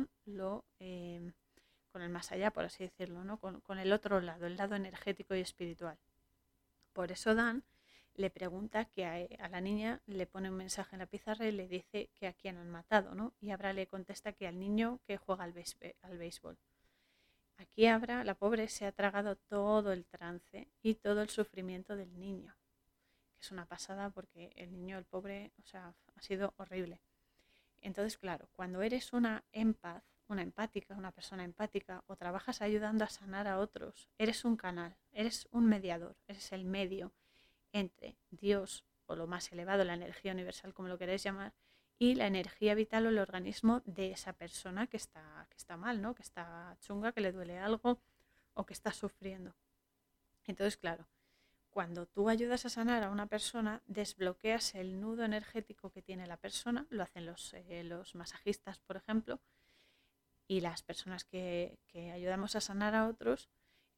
con el más allá, por así decirlo, ¿no? Con el otro lado, el lado energético y espiritual. Por eso Dan le pregunta que a la niña, le pone un mensaje en la pizarra y le dice que a quién han matado, ¿no? Y Abra le contesta que al niño que juega al béisbol. Aquí Abra, la pobre, se ha tragado todo el trance y todo el sufrimiento del niño, que es una pasada porque el niño, el pobre, o sea, ha sido horrible. Entonces, claro, cuando eres una empath, una empática, una persona empática, o trabajas ayudando a sanar a otros, eres un canal, eres un mediador, eres el medio entre Dios o lo más elevado, la energía universal, como lo queréis llamar, y la energía vital o el organismo de esa persona que está mal, ¿no? Que está chunga, que le duele algo o que está sufriendo. Entonces, claro, cuando tú ayudas a sanar a una persona, desbloqueas el nudo energético que tiene la persona, lo hacen los masajistas, por ejemplo, y las personas que ayudamos a sanar a otros,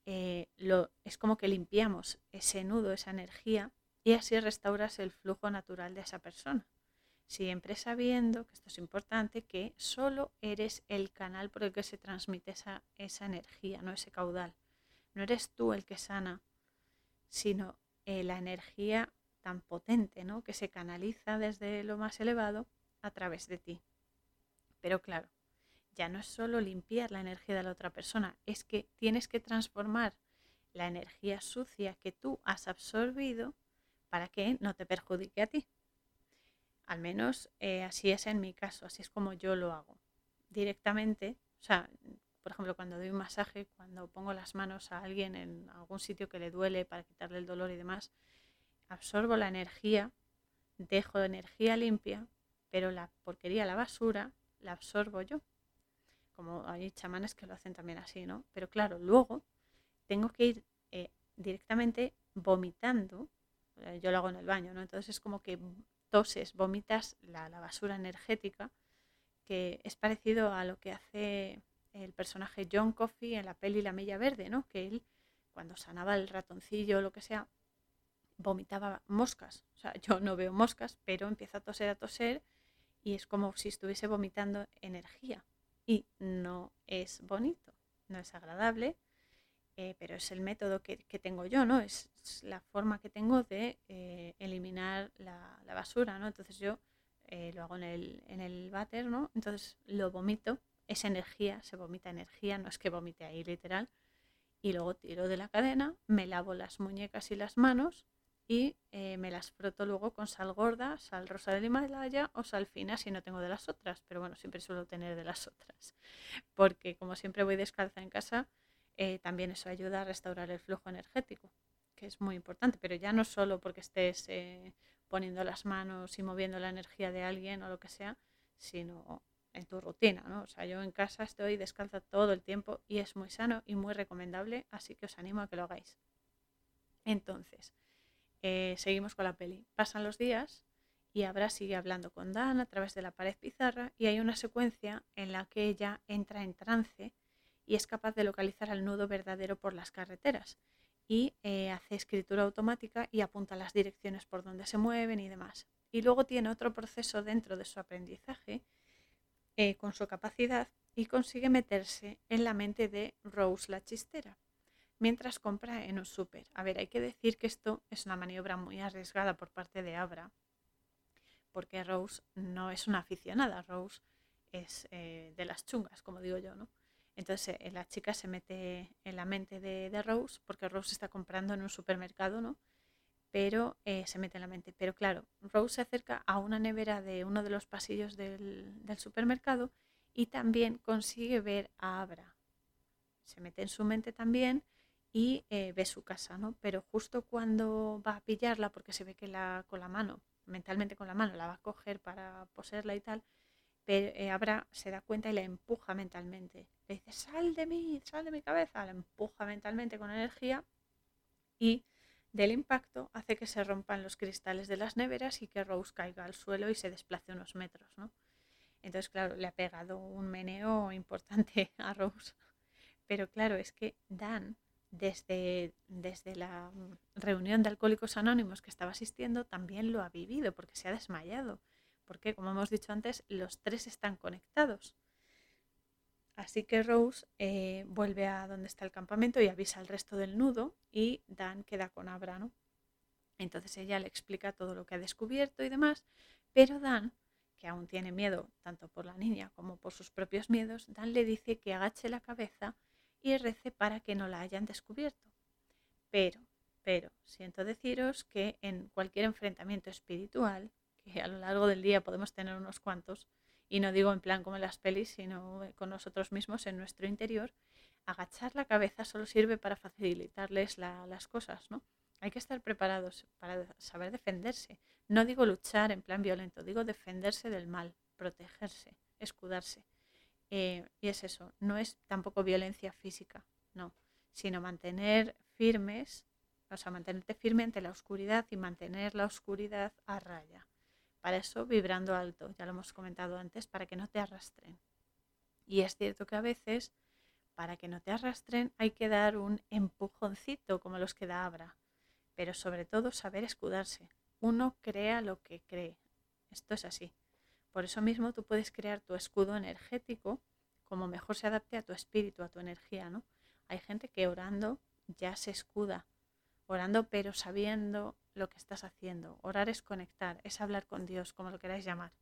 es como que limpiamos ese nudo, esa energía, y así restauras el flujo natural de esa persona. Siempre sabiendo, que esto es importante, que solo eres el canal por el que se transmite esa energía, no ese caudal. No eres tú el que sana, sino la energía tan potente, ¿no? Que se canaliza desde lo más elevado a través de ti. Pero claro, ya no es solo limpiar la energía de la otra persona, es que tienes que transformar la energía sucia que tú has absorbido para que no te perjudique a ti. Al menos así es en mi caso, así es como yo lo hago. Directamente, o sea, por ejemplo, cuando doy un masaje, cuando pongo las manos a alguien en algún sitio que le duele para quitarle el dolor y demás, absorbo la energía, dejo energía limpia, pero la porquería, la basura, la absorbo yo. Como hay chamanes que lo hacen también así, ¿no? Pero claro, luego tengo que ir directamente vomitando, yo lo hago en el baño, ¿no? Entonces es como que toses, vomitas la basura energética, que es parecido a lo que hace el personaje John Coffey en la peli La Milla Verde, ¿no? Que él, cuando sanaba el ratoncillo o lo que sea, vomitaba moscas. O sea, yo no veo moscas, pero empieza a toser y es como si estuviese vomitando energía. Y no es bonito, no es agradable, pero es el método que tengo yo, ¿no? Es la forma que tengo de eliminar la basura, ¿no? Entonces yo lo hago en el váter, ¿no? Entonces lo vomito, es energía, se vomita energía, no es que vomite ahí literal, y luego tiro de la cadena, me lavo las muñecas y las manos y me las froto luego con sal gorda, sal rosa del Himalaya o sal fina si no tengo de las otras, pero bueno, siempre suelo tener de las otras, porque como siempre voy descalza en casa, también eso ayuda a restaurar el flujo energético, que es muy importante, pero ya no solo porque estés poniendo las manos y moviendo la energía de alguien o lo que sea, sino en tu rutina, ¿no? O sea, yo en casa estoy descalza todo el tiempo y es muy sano y muy recomendable, así que os animo a que lo hagáis. Entonces, seguimos con la peli. Pasan los días y Abra sigue hablando con Dan a través de la pared pizarra y hay una secuencia en la que ella entra en trance y es capaz de localizar al nudo verdadero por las carreteras y hace escritura automática y apunta las direcciones por donde se mueven y demás. Y luego tiene otro proceso dentro de su aprendizaje con su capacidad y consigue meterse en la mente de Rose la chistera mientras compra en un súper. A ver, hay que decir que esto es una maniobra muy arriesgada por parte de Abra, porque Rose no es una aficionada, Rose es de las chungas, como digo yo, ¿no? Entonces la chica se mete en la mente de Rose, porque Rose está comprando en un supermercado, ¿no? Pero se mete en la mente. Pero claro, Rose se acerca a una nevera de uno de los pasillos del supermercado y también consigue ver a Abra. Se mete en su mente también y ve su casa, ¿no? Pero justo cuando va a pillarla, porque se ve que con la mano, mentalmente con la mano, la va a coger para poseerla y tal, pero Abra se da cuenta y la empuja mentalmente. Le dice, sal de mi cabeza, la empuja mentalmente con energía y del impacto hace que se rompan los cristales de las neveras y que Rose caiga al suelo y se desplace unos metros, ¿no? Entonces, claro, le ha pegado un meneo importante a Rose. Pero claro, es que Dan, desde la reunión de Alcohólicos Anónimos que estaba asistiendo, también lo ha vivido porque se ha desmayado. Porque, como hemos dicho antes, los tres están conectados. Así que Rose vuelve a donde está el campamento y avisa al resto del nudo y Dan queda con Abra, ¿no? Entonces ella le explica todo lo que ha descubierto y demás, pero Dan, que aún tiene miedo tanto por la niña como por sus propios miedos, Dan le dice que agache la cabeza y rece para que no la hayan descubierto. Pero, siento deciros que en cualquier enfrentamiento espiritual, que a lo largo del día podemos tener unos cuantos, y no digo en plan como en las pelis, sino con nosotros mismos en nuestro interior, agachar la cabeza solo sirve para facilitarles las cosas, ¿no? Hay que estar preparados para saber defenderse. No digo luchar en plan violento, digo defenderse del mal, protegerse, escudarse. Y es eso, no es tampoco violencia física, no, sino mantener firmes, o sea, mantenerte firme ante la oscuridad y mantener la oscuridad a raya. Para eso vibrando alto, ya lo hemos comentado antes, para que no te arrastren. Y es cierto que a veces, para que no te arrastren, hay que dar un empujoncito como los que da Abra, pero sobre todo saber escudarse. Uno crea lo que cree. Esto es así. Por eso mismo tú puedes crear tu escudo energético como mejor se adapte a tu espíritu, a tu energía, ¿no? Hay gente que orando ya se escuda, orando pero sabiendo lo que estás haciendo. Orar es conectar, es hablar con Dios, como lo queráis llamar.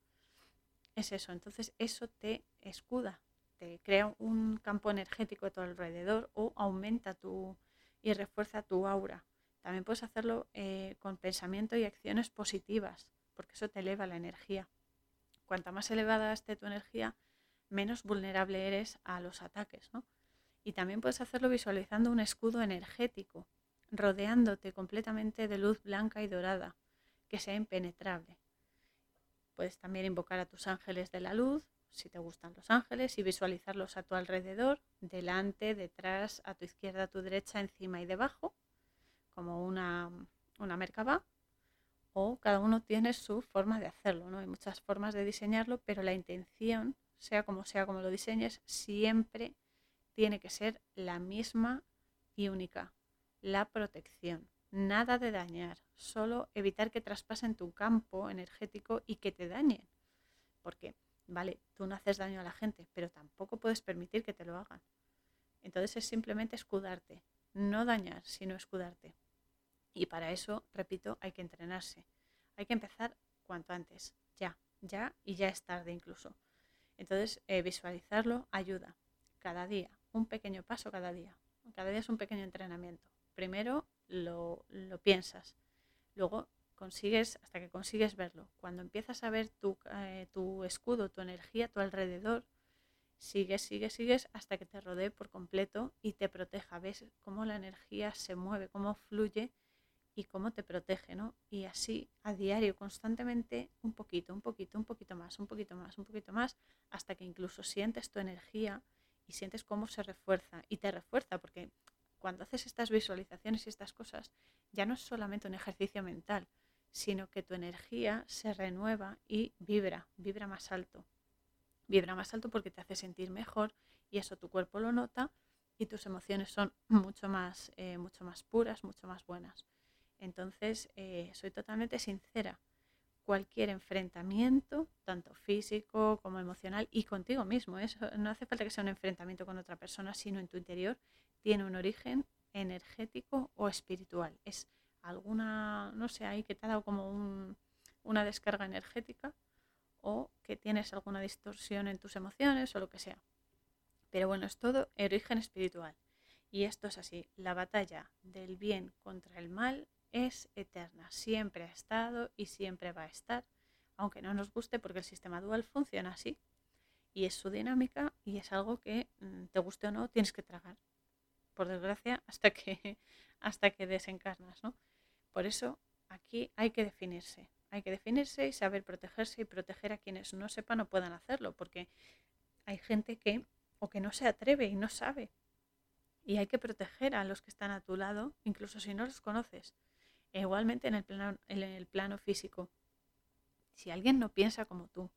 Es eso, entonces eso te escuda, te crea un campo energético a tu alrededor o aumenta y refuerza tu aura. También puedes hacerlo con pensamiento y acciones positivas, porque eso te eleva la energía. Cuanta más elevada esté tu energía, menos vulnerable eres a los ataques, ¿no? Y también puedes hacerlo visualizando un escudo energético, rodeándote completamente de luz blanca y dorada, que sea impenetrable. Puedes también invocar a tus ángeles de la luz, si te gustan los ángeles, y visualizarlos a tu alrededor, delante, detrás, a tu izquierda, a tu derecha, encima y debajo, como una Merkabah. O cada uno tiene su forma de hacerlo, ¿no? Hay muchas formas de diseñarlo, pero la intención, sea como lo diseñes, siempre tiene que ser la misma y única, la protección. Nada de dañar, solo evitar que traspasen tu campo energético y que te dañen. Porque, vale, tú no haces daño a la gente, pero tampoco puedes permitir que te lo hagan. Entonces es simplemente escudarte, no dañar, sino escudarte. Y para eso, repito, hay que entrenarse. Hay que empezar cuanto antes, ya. ya y ya es tarde incluso. Entonces, visualizarlo ayuda cada día, un pequeño paso cada día. Cada día es un pequeño entrenamiento. Primero lo piensas, luego consigues, hasta que consigues verlo. Cuando empiezas a ver tu escudo, tu energía a tu alrededor, sigues, sigues, sigues hasta que te rodee por completo y te proteja. Ves cómo la energía se mueve, cómo fluye y cómo te protege, ¿no? Y así a diario, constantemente, un poquito, un poquito, un poquito más, un poquito más, un poquito más, hasta que incluso sientes tu energía y sientes cómo se refuerza. Y te refuerza porque cuando haces estas visualizaciones y estas cosas, ya no es solamente un ejercicio mental, sino que tu energía se renueva y vibra más alto. Vibra más alto porque te hace sentir mejor y eso tu cuerpo lo nota y tus emociones son mucho más puras, mucho más buenas. Entonces, soy totalmente sincera. Cualquier enfrentamiento, tanto físico como emocional y contigo mismo, eso no hace falta que sea un enfrentamiento con otra persona, sino en tu interior, tiene un origen energético o espiritual. Es alguna, no sé, ahí que te ha dado como una descarga energética o que tienes alguna distorsión en tus emociones o lo que sea. Pero bueno, es todo origen espiritual. Y esto es así, la batalla del bien contra el mal es eterna, siempre ha estado y siempre va a estar, aunque no nos guste porque el sistema dual funciona así y es su dinámica y es algo que te guste o no tienes que tragar, por desgracia, hasta que desencarnas, ¿no? Por eso aquí hay que definirse y saber protegerse y proteger a quienes no sepan o puedan hacerlo, porque hay gente que o que no se atreve y no sabe. Y hay que proteger a los que están a tu lado, incluso si no los conoces. E igualmente en el plano físico. Si alguien no piensa como tú,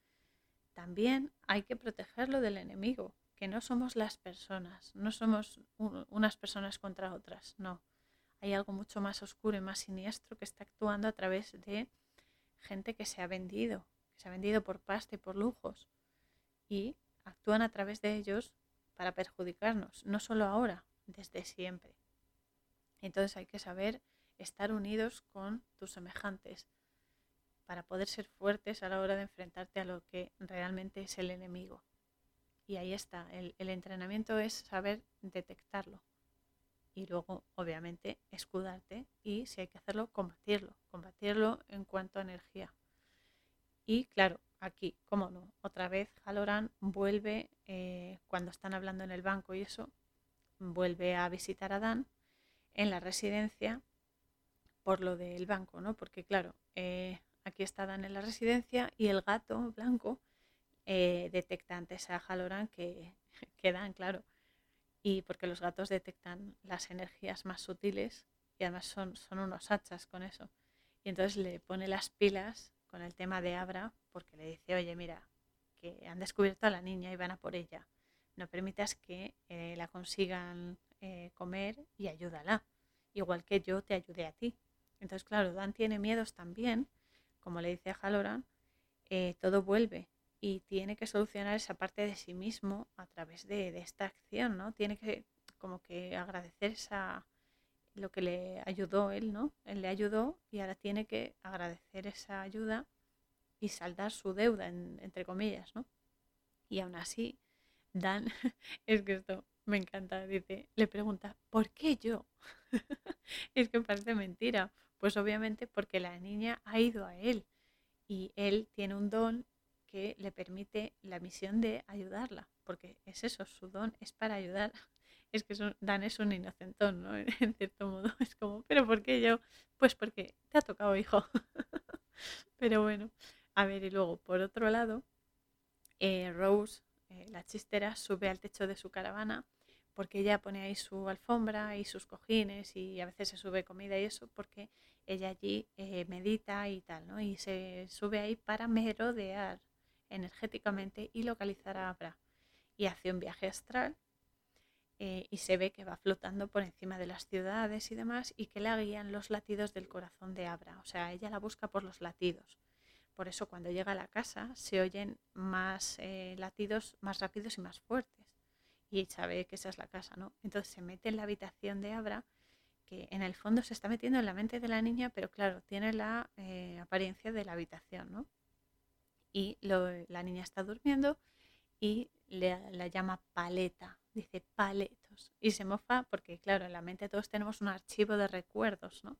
también hay que protegerlo del enemigo, que no somos las personas, no somos unas personas contra otras, no. Hay algo mucho más oscuro y más siniestro que está actuando a través de gente que se ha vendido por pasta y por lujos. Y actúan a través de ellos para perjudicarnos, no solo ahora, desde siempre. Entonces hay que saber estar unidos con tus semejantes para poder ser fuertes a la hora de enfrentarte a lo que realmente es el enemigo. Y ahí está, el entrenamiento es saber detectarlo y luego, obviamente, escudarte y, si hay que hacerlo, combatirlo en cuanto a energía. Y claro, aquí, cómo no, otra vez Halloran vuelve, cuando están hablando en el banco y eso, vuelve a visitar a Dan en la residencia por lo del banco, ¿no? Porque claro, aquí está Dan en la residencia y el gato blanco detecta antes a Halloran que Dan, claro. Y porque los gatos detectan las energías más sutiles y además son unos hachas con eso. Y entonces le pone las pilas con el tema de Abra porque le dice, oye, mira, que han descubierto a la niña y van a por ella. No permitas que la consigan comer y ayúdala, igual que yo te ayudé a ti. Entonces, claro, Dan tiene miedos también, como le dice a Halloran, todo vuelve y tiene que solucionar esa parte de sí mismo a través de esta acción, ¿no? Tiene que como que agradecer lo que le ayudó él, ¿no? Él le ayudó y ahora tiene que agradecer esa ayuda y saldar su deuda, entre comillas, ¿no? Y aún así, Dan, es que esto me encanta, dice, le pregunta, ¿por qué yo? Es que parece mentira. Pues obviamente porque la niña ha ido a él y él tiene un don que le permite la misión de ayudarla, porque es eso, su don es para ayudar. Es que Dan es un inocentón, ¿no? En cierto modo, es como, ¿pero por qué yo? Pues porque te ha tocado, hijo. Pero bueno, a ver, y luego, por otro lado, Rose, la chistera, sube al techo de su caravana porque ella pone ahí su alfombra y sus cojines y a veces se sube comida y eso porque ella allí medita y tal, ¿no? Y se sube ahí para merodear energéticamente y localizar a Abra. Y hace un viaje astral y se ve que va flotando por encima de las ciudades y demás y que la guían los latidos del corazón de Abra. O sea, ella la busca por los latidos. Por eso cuando llega a la casa se oyen más latidos más rápidos y más fuertes. Y sabe que esa es la casa, ¿no? Entonces se mete en la habitación de Abra, que en el fondo se está metiendo en la mente de la niña, pero claro, tiene la apariencia de la habitación, ¿no? y la niña está durmiendo y la llama paleta, dice paletos y se mofa porque claro, en la mente todos tenemos un archivo de recuerdos, ¿no?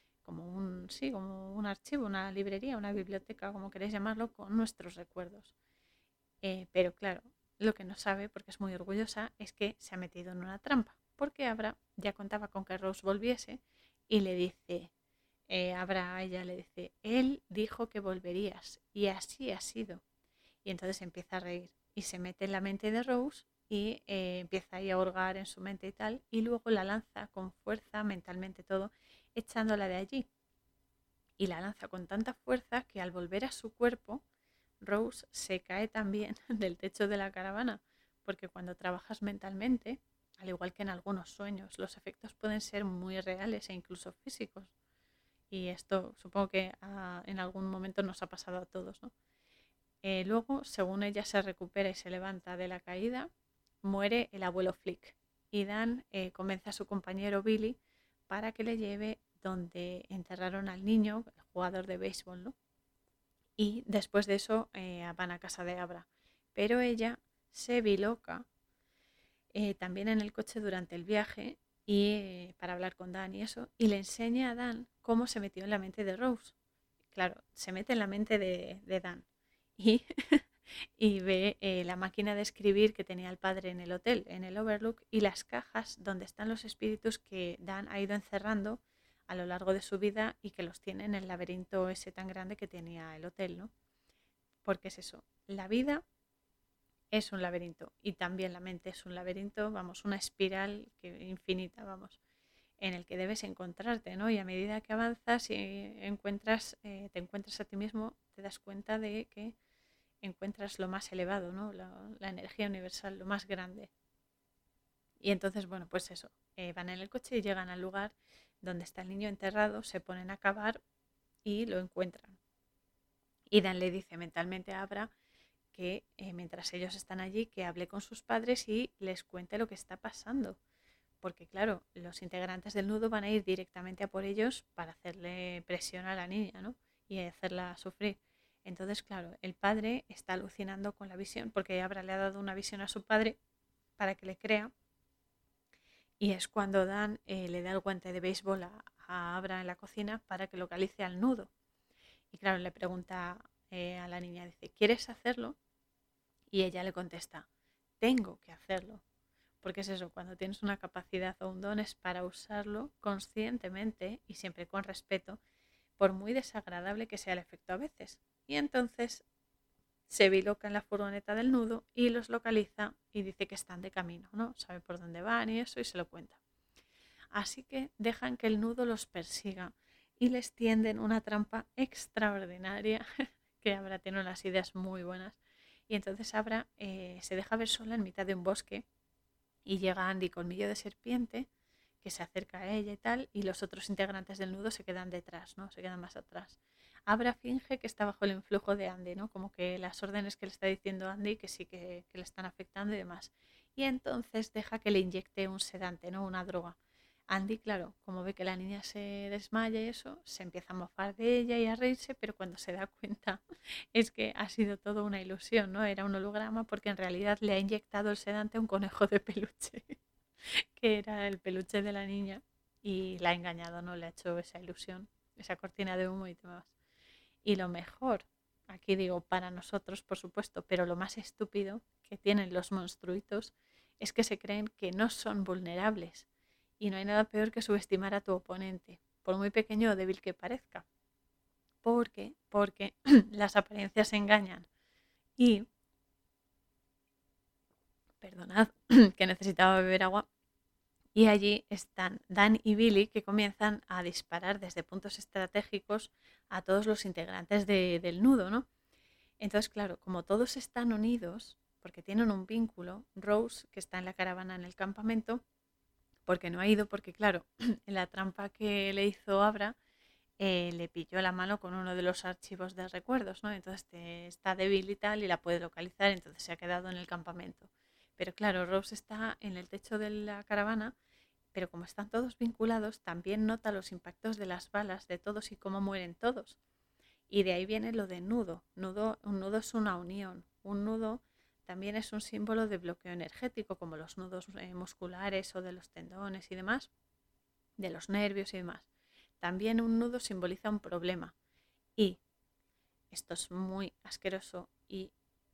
Como un archivo, una librería, una biblioteca, como queréis llamarlo, con nuestros recuerdos. Pero claro, lo que no sabe, porque es muy orgullosa, es que se ha metido en una trampa, porque Abra ya contaba con que Rose volviese y le dice, Abra a ella le dice, él dijo que volverías y así ha sido. Y entonces empieza a reír y se mete en la mente de Rose y empieza ahí a hurgar en su mente y tal, y luego la lanza con fuerza, mentalmente todo, echándola de allí. Y la lanza con tanta fuerza que al volver a su cuerpo, Rose se cae también del techo de la caravana, porque cuando trabajas mentalmente, al igual que en algunos sueños, los efectos pueden ser muy reales e incluso físicos. Y esto supongo que en algún momento nos ha pasado a todos, ¿no? Luego, según ella se recupera y se levanta de la caída, muere el abuelo Flick y Dan convence a su compañero Billy para que le lleve donde enterraron al niño, el jugador de béisbol, ¿no? Y después de eso van a casa de Abra. Pero ella se biloca también en el coche durante el viaje y para hablar con Dan y eso, y le enseña a Dan cómo se metió en la mente de Rose. Claro, se mete en la mente de Dan y, y ve la máquina de escribir que tenía el padre en el hotel, en el Overlook, y las cajas donde están los espíritus que Dan ha ido encerrando a lo largo de su vida y que los tiene en el laberinto ese tan grande que tenía el hotel, ¿no? Porque es eso, la vida es un laberinto y también la mente es un laberinto, vamos, una espiral infinita, vamos, en el que debes encontrarte, ¿no? Y a medida que avanzas y te encuentras a ti mismo, te das cuenta de que encuentras lo más elevado, ¿no? La energía universal, lo más grande. Y entonces, bueno, pues eso, van en el coche y llegan al lugar donde está el niño enterrado, se ponen a cavar y lo encuentran. Y Dan le dice mentalmente a Abra que mientras ellos están allí, que hable con sus padres y les cuente lo que está pasando. Porque claro, los integrantes del nudo van a ir directamente a por ellos para hacerle presión a la niña, ¿no? Y hacerla sufrir. Entonces, claro, el padre está alucinando con la visión, porque Abra le ha dado una visión a su padre para que le crea. Y es cuando Dan le da el guante de béisbol a Abra en la cocina para que localice al nudo. Y claro, le pregunta a la niña, dice, ¿quieres hacerlo? Y ella le contesta, tengo que hacerlo. Porque es eso, cuando tienes una capacidad o un don es para usarlo conscientemente y siempre con respeto, por muy desagradable que sea el efecto a veces. Y entonces se biloca en la furgoneta del nudo y los localiza y dice que están de camino, ¿no? Sabe por dónde van y eso y se lo cuenta. Así que dejan que el nudo los persiga y les tienden una trampa extraordinaria, que Abra tiene unas ideas muy buenas. Y entonces Abra se deja ver sola en mitad de un bosque y llega Andy Colmillo de Serpiente, que se acerca a ella y tal, y los otros integrantes del nudo se quedan detrás, ¿no? Se quedan más atrás. Abra finge que está bajo el influjo de Andy, ¿no? Como que las órdenes que le está diciendo Andy que sí que le están afectando y demás. Y entonces deja que le inyecte un sedante, ¿no? Una droga. Andy, claro, como ve que la niña se desmaya y eso, se empieza a mofar de ella y a reírse, pero cuando se da cuenta es que ha sido todo una ilusión, ¿no? Era un holograma porque en realidad le ha inyectado el sedante a un conejo de peluche, que era el peluche de la niña, y la ha engañado, ¿no? Le ha hecho esa ilusión, esa cortina de humo y demás. Y lo mejor, aquí digo para nosotros, por supuesto, pero lo más estúpido que tienen los monstruitos es que se creen que no son vulnerables. Y no hay nada peor que subestimar a tu oponente, por muy pequeño o débil que parezca. Porque las apariencias engañan. Y, perdonad, que necesitaba beber agua. Y allí están Dan y Billy, que comienzan a disparar desde puntos estratégicos a todos los integrantes del nudo, ¿no? Entonces, claro, como todos están unidos, porque tienen un vínculo, Rose, que está en la caravana en el campamento, porque no ha ido, porque claro, en la trampa que le hizo Abra, le pilló la mano con uno de los archivos de recuerdos, ¿no? Entonces está débil y tal y la puede localizar, entonces se ha quedado en el campamento. Pero claro, Rose está en el techo de la caravana, pero como están todos vinculados, también nota los impactos de las balas de todos y cómo mueren todos. Y de ahí viene lo de nudo. Un nudo es una unión. Un nudo también es un símbolo de bloqueo energético, como los nudos musculares o de los tendones y demás, de los nervios y demás. También un nudo simboliza un problema. Y esto es muy asqueroso y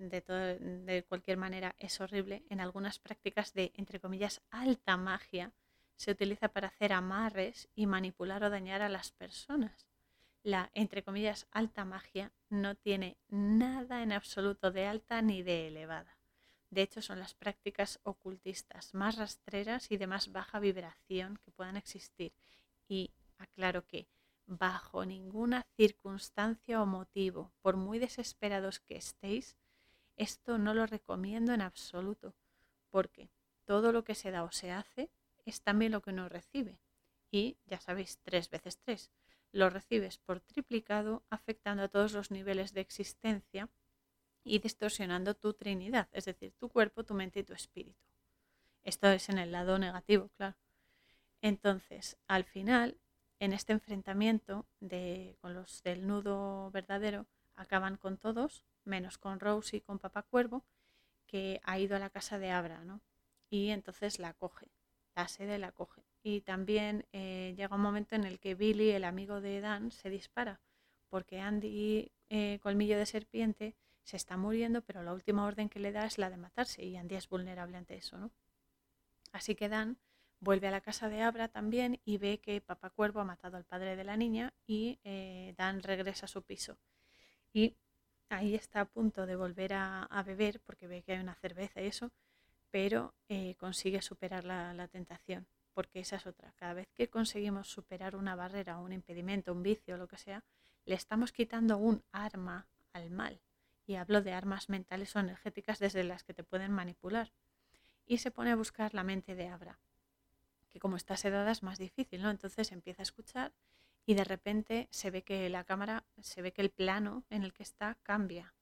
de cualquier manera es horrible. En algunas prácticas de, entre comillas, alta magia, se utiliza para hacer amarres y manipular o dañar a las personas. La, entre comillas, alta magia no tiene nada en absoluto de alta ni de elevada. De hecho, son las prácticas ocultistas más rastreras y de más baja vibración que puedan existir. Y aclaro que bajo ninguna circunstancia o motivo, por muy desesperados que estéis, esto no lo recomiendo en absoluto, porque todo lo que se da o se hace es también lo que uno recibe. Y ya sabéis, 3 veces 3. Lo recibes por triplicado, afectando a todos los niveles de existencia y distorsionando tu trinidad, es decir, tu cuerpo, tu mente y tu espíritu. Esto es en el lado negativo, claro. Entonces, al final, en este enfrentamiento con los del nudo verdadero, acaban con todos, menos con Rose y con Papá Cuervo, que ha ido a la casa de Abra, ¿no? Y entonces la coge, la sede la coge. Y también llega un momento en el que Billy, el amigo de Dan, se dispara, porque Andy, Colmillo de Serpiente, se está muriendo, pero la última orden que le da es la de matarse, y Andy es vulnerable ante eso, ¿no? Así que Dan vuelve a la casa de Abra también y ve que Papá Cuervo ha matado al padre de la niña y Dan regresa a su piso. Y ahí está a punto de volver a beber porque ve que hay una cerveza y eso, pero consigue superar la tentación, porque esa es otra. Cada vez que conseguimos superar una barrera, un impedimento, un vicio, lo que sea, le estamos quitando un arma al mal. Y hablo de armas mentales o energéticas desde las que te pueden manipular. Y se pone a buscar la mente de Abra, que como está sedada es más difícil, ¿no? Entonces empieza a escuchar y de repente se ve que la cámara, se ve que el plano en el que está cambia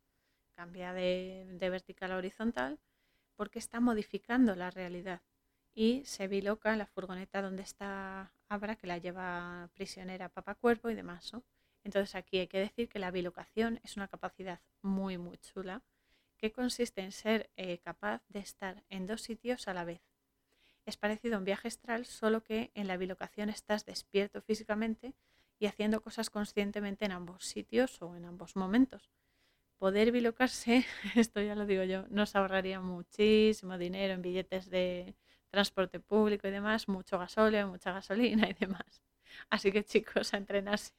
de vertical a horizontal porque está modificando la realidad. Y se biloca en la furgoneta donde está Abra, que la lleva prisionera Papá Cuervo y demás, ¿no? Entonces aquí hay que decir que la bilocación es una capacidad muy, muy chula que consiste en ser capaz de estar en 2 sitios a la vez. Es parecido a un viaje astral, solo que en la bilocación estás despierto físicamente y haciendo cosas conscientemente en ambos sitios o en ambos momentos. Poder bilocarse, esto ya lo digo yo, nos ahorraría muchísimo dinero en billetes de transporte público y demás, mucho gasóleo, mucha gasolina y demás. Así que chicos, a entrenarse.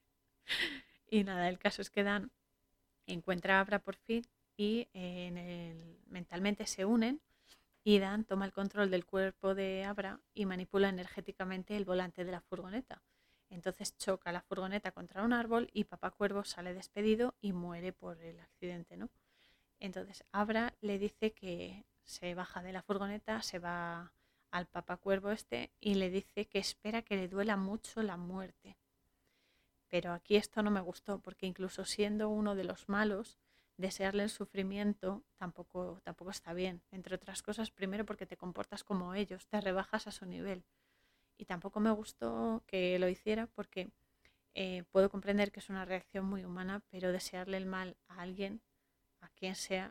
Y nada, el caso es que Dan encuentra a Abra por fin y mentalmente se unen y Dan toma el control del cuerpo de Abra y manipula energéticamente el volante de la furgoneta. Entonces choca la furgoneta contra un árbol y Papá Cuervo sale despedido y muere por el accidente, ¿no? Entonces Abra le dice que se baja de la furgoneta, se va al Papá Cuervo este y le dice que espera que le duela mucho la muerte. Pero aquí esto no me gustó porque incluso siendo uno de los malos, desearle el sufrimiento tampoco está bien. Entre otras cosas, primero porque te comportas como ellos, te rebajas a su nivel. Y tampoco me gustó que lo hiciera porque puedo comprender que es una reacción muy humana, pero desearle el mal a alguien, a quien sea,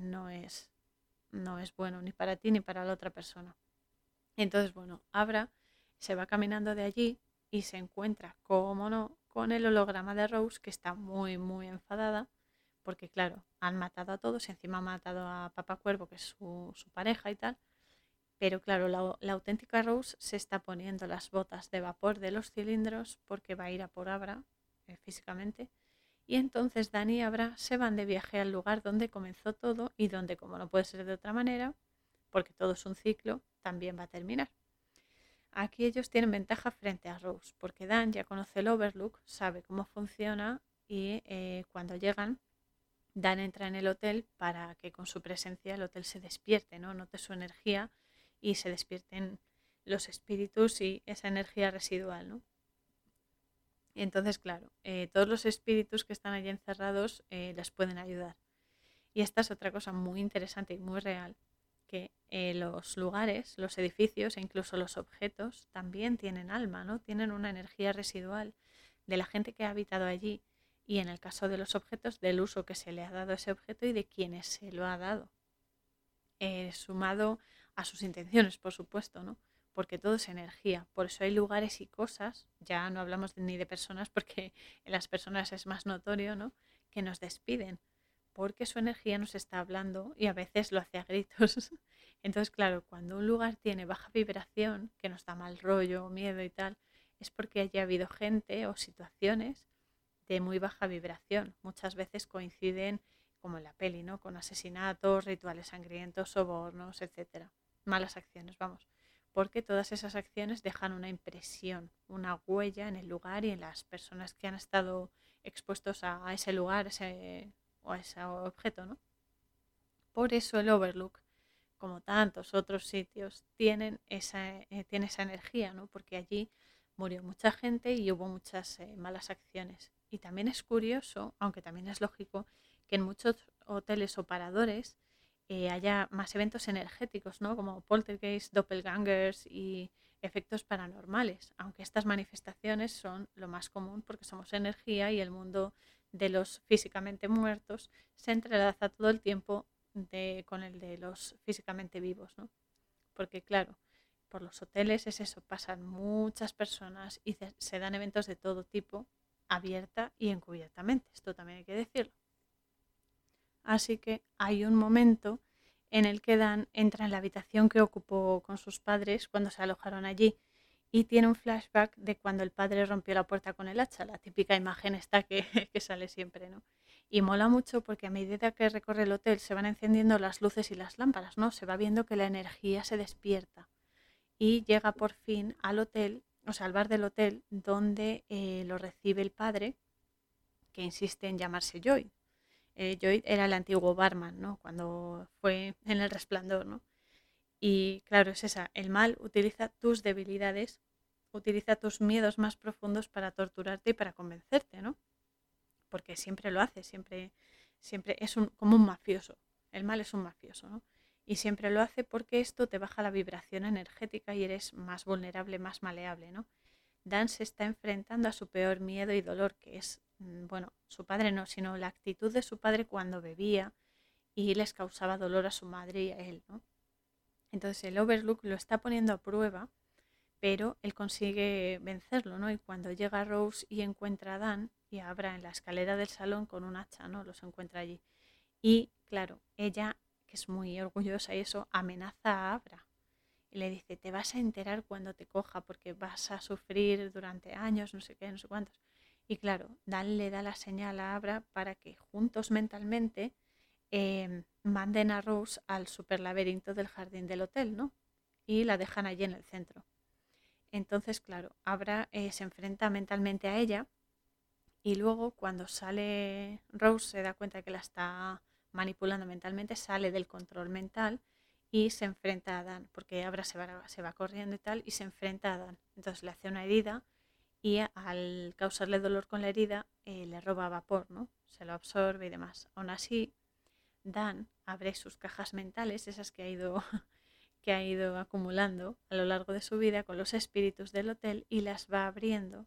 no es bueno ni para ti ni para la otra persona. Entonces, bueno, Abra se va caminando de allí y se encuentra, como no, con el holograma de Rose, que está muy, muy enfadada, porque claro, han matado a todos y encima han matado a Papá Cuervo, que es su pareja y tal. Pero claro, la auténtica Rose se está poniendo las botas de vapor de los cilindros porque va a ir a por Abra físicamente. Y entonces Dani y Abra se van de viaje al lugar donde comenzó todo y donde, como no puede ser de otra manera, porque todo es un ciclo, también va a terminar. Aquí ellos tienen ventaja frente a Rose, porque Dan ya conoce el Overlook, sabe cómo funciona y cuando llegan, Dan entra en el hotel para que con su presencia el hotel se despierte, ¿no? Note su energía y se despierten los espíritus y esa energía residual, ¿no? Y entonces, claro, todos los espíritus que están allí encerrados les pueden ayudar. Y esta es otra cosa muy interesante y muy real, que los lugares, los edificios e incluso los objetos también tienen alma, ¿no? Tienen una energía residual de la gente que ha habitado allí. y en el caso de los objetos, del uso que se le ha dado a ese objeto y de quienes se lo ha dado, sumado a sus intenciones, por supuesto, ¿no? Porque todo es energía. Por eso hay lugares y cosas, ya no hablamos ni de personas, porque en las personas es más notorio, ¿no? Que nos despiden, porque su energía nos está hablando y a veces lo hace a gritos. Entonces, claro, cuando un lugar tiene baja vibración, que nos da mal rollo, miedo y tal, es porque haya habido gente o situaciones de muy baja vibración. Muchas veces coinciden, como en la peli, ¿no? Con asesinatos, rituales sangrientos, sobornos, etcétera. Malas acciones, vamos. Porque todas esas acciones dejan una impresión, una huella en el lugar y en las personas que han estado expuestos a ese lugar o a ese objeto, ¿no? Por eso el Overlook, como tantos otros sitios, tiene esa energía, ¿no? Porque allí murió mucha gente y hubo muchas malas acciones. Y también es curioso, aunque también es lógico, que en muchos hoteles o paradores haya más eventos energéticos, ¿no? Como poltergeist, doppelgangers y efectos paranormales, aunque estas manifestaciones son lo más común porque somos energía y el mundo de los físicamente muertos se entrelaza todo el tiempo con el de los físicamente vivos, ¿no? Porque claro, por los hoteles es eso, pasan muchas personas y se dan eventos de todo tipo, abierta y encubiertamente, esto también hay que decirlo. Así que hay un momento en el que Dan entra en la habitación que ocupó con sus padres cuando se alojaron allí y tiene un flashback de cuando el padre rompió la puerta con el hacha, la típica imagen esta que, que sale siempre, ¿no? Y mola mucho porque a medida que recorre el hotel se van encendiendo las luces y las lámparas, ¿no? Se va viendo que la energía se despierta y llega por fin al hotel, o sea, al bar del hotel donde lo recibe el padre, que insiste en llamarse Joy. Joy era el antiguo barman, ¿no? Cuando fue en El Resplandor, ¿no? Y claro, es esa, el mal utiliza tus debilidades, utiliza tus miedos más profundos para torturarte y para convencerte, ¿no? Porque siempre lo hace, siempre es como un mafioso. El mal es un mafioso, ¿no? Y siempre lo hace porque esto te baja la vibración energética y eres más vulnerable, más maleable, ¿no? Dan se está enfrentando a su peor miedo y dolor, que es, bueno, su padre no, sino la actitud de su padre cuando bebía y les causaba dolor a su madre y a él, ¿no? Entonces el Overlook lo está poniendo a prueba, pero él consigue vencerlo, ¿no? Y cuando llega Rose y encuentra a Dan y a Abra en la escalera del salón con un hacha, ¿no? Los encuentra allí. Y claro, ella, que es muy orgullosa y eso, amenaza a Abra. Y le dice, te vas a enterar cuando te coja porque vas a sufrir durante años, no sé qué, no sé cuántos. Y claro, Dan le da la señal a Abra para que juntos mentalmente manden a Rose al superlaberinto del jardín del hotel, ¿no? Y la dejan allí en el centro. Entonces, claro, Abra se enfrenta mentalmente a ella y luego cuando sale Rose se da cuenta que la está manipulando mentalmente, sale del control mental y se enfrenta a Dan, porque Abra se va corriendo y tal y se enfrenta a Dan. Entonces le hace una herida y al causarle dolor con la herida le roba vapor, ¿no? Se lo absorbe y demás. Aún así, Dan abre sus cajas mentales, esas que ha ido acumulando a lo largo de su vida con los espíritus del hotel y las va abriendo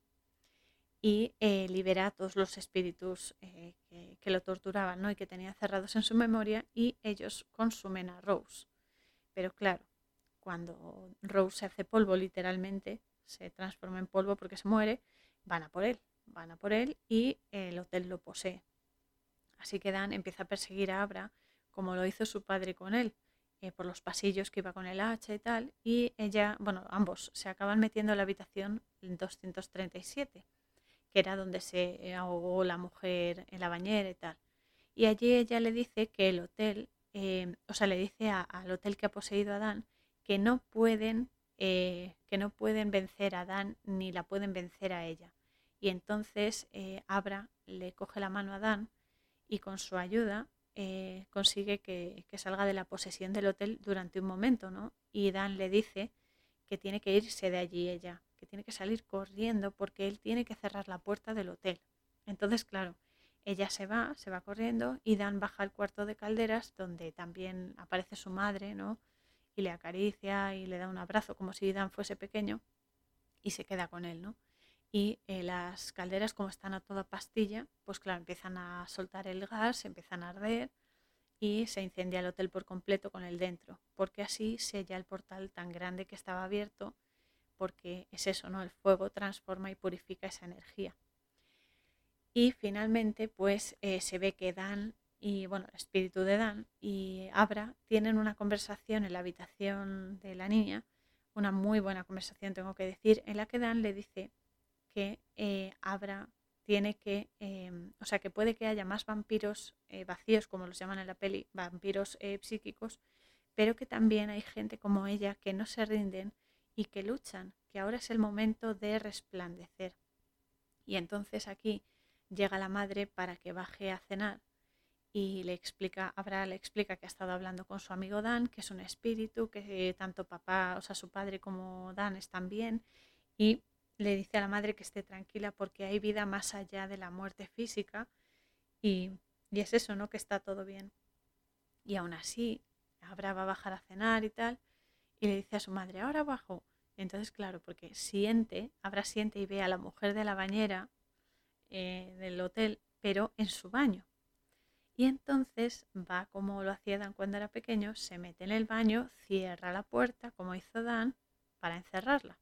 y libera a todos los espíritus que lo torturaban, ¿no? Y que tenía cerrados en su memoria y ellos consumen a Rose. Pero claro, cuando Rose se hace polvo literalmente, se transforma en polvo porque se muere, van a por él y el hotel lo posee. Así que Dan empieza a perseguir a Abra como lo hizo su padre con él, por los pasillos que iba con el hacha y tal, y ella, bueno, ambos se acaban metiendo en la habitación 237, que era donde se ahogó la mujer en la bañera y tal. Y allí ella le dice que el hotel, o sea, le dice al hotel que ha poseído a Dan que no pueden vencer a Dan ni la pueden vencer a ella. Y entonces Abra le coge la mano a Dan y con su ayuda consigue que salga de la posesión del hotel durante un momento, ¿no? Y Dan le dice que tiene que irse de allí ella, que tiene que salir corriendo porque él tiene que cerrar la puerta del hotel. Entonces, claro, ella se va corriendo y Dan baja al cuarto de calderas donde también aparece su madre, ¿no? Y le acaricia y le da un abrazo como si Dan fuese pequeño y se queda con él, ¿no? y las calderas, como están a toda pastilla, pues claro, empiezan a soltar el gas, empiezan a arder y se incendia el hotel por completo con el dentro, porque así sella el portal tan grande que estaba abierto, porque es eso, ¿no? El fuego transforma y purifica esa energía. Y finalmente, pues se ve que Dan y, bueno, el espíritu de Dan y Abra tienen una conversación en la habitación de la niña, una muy buena conversación, tengo que decir, en la que Dan le dice que Abra tiene que, o sea, que puede que haya más vampiros vacíos, como los llaman en la peli, vampiros psíquicos, pero que también hay gente como ella que no se rinden y que luchan, que ahora es el momento de resplandecer. Y entonces aquí llega la madre para que baje a cenar y Abra le explica que ha estado hablando con su amigo Dan, que es un espíritu, que tanto papá, o sea, su padre como Dan están bien, y le dice a la madre que esté tranquila porque hay vida más allá de la muerte física y, y es eso, ¿no? Que está todo bien. Y aún así, Abra va a bajar a cenar y tal, y le dice a su madre, ahora bajo. Entonces, claro, porque Abra siente y ve a la mujer de la bañera del hotel, pero en su baño. Y entonces va como lo hacía Dan cuando era pequeño, se mete en el baño, cierra la puerta, como hizo Dan, para encerrarla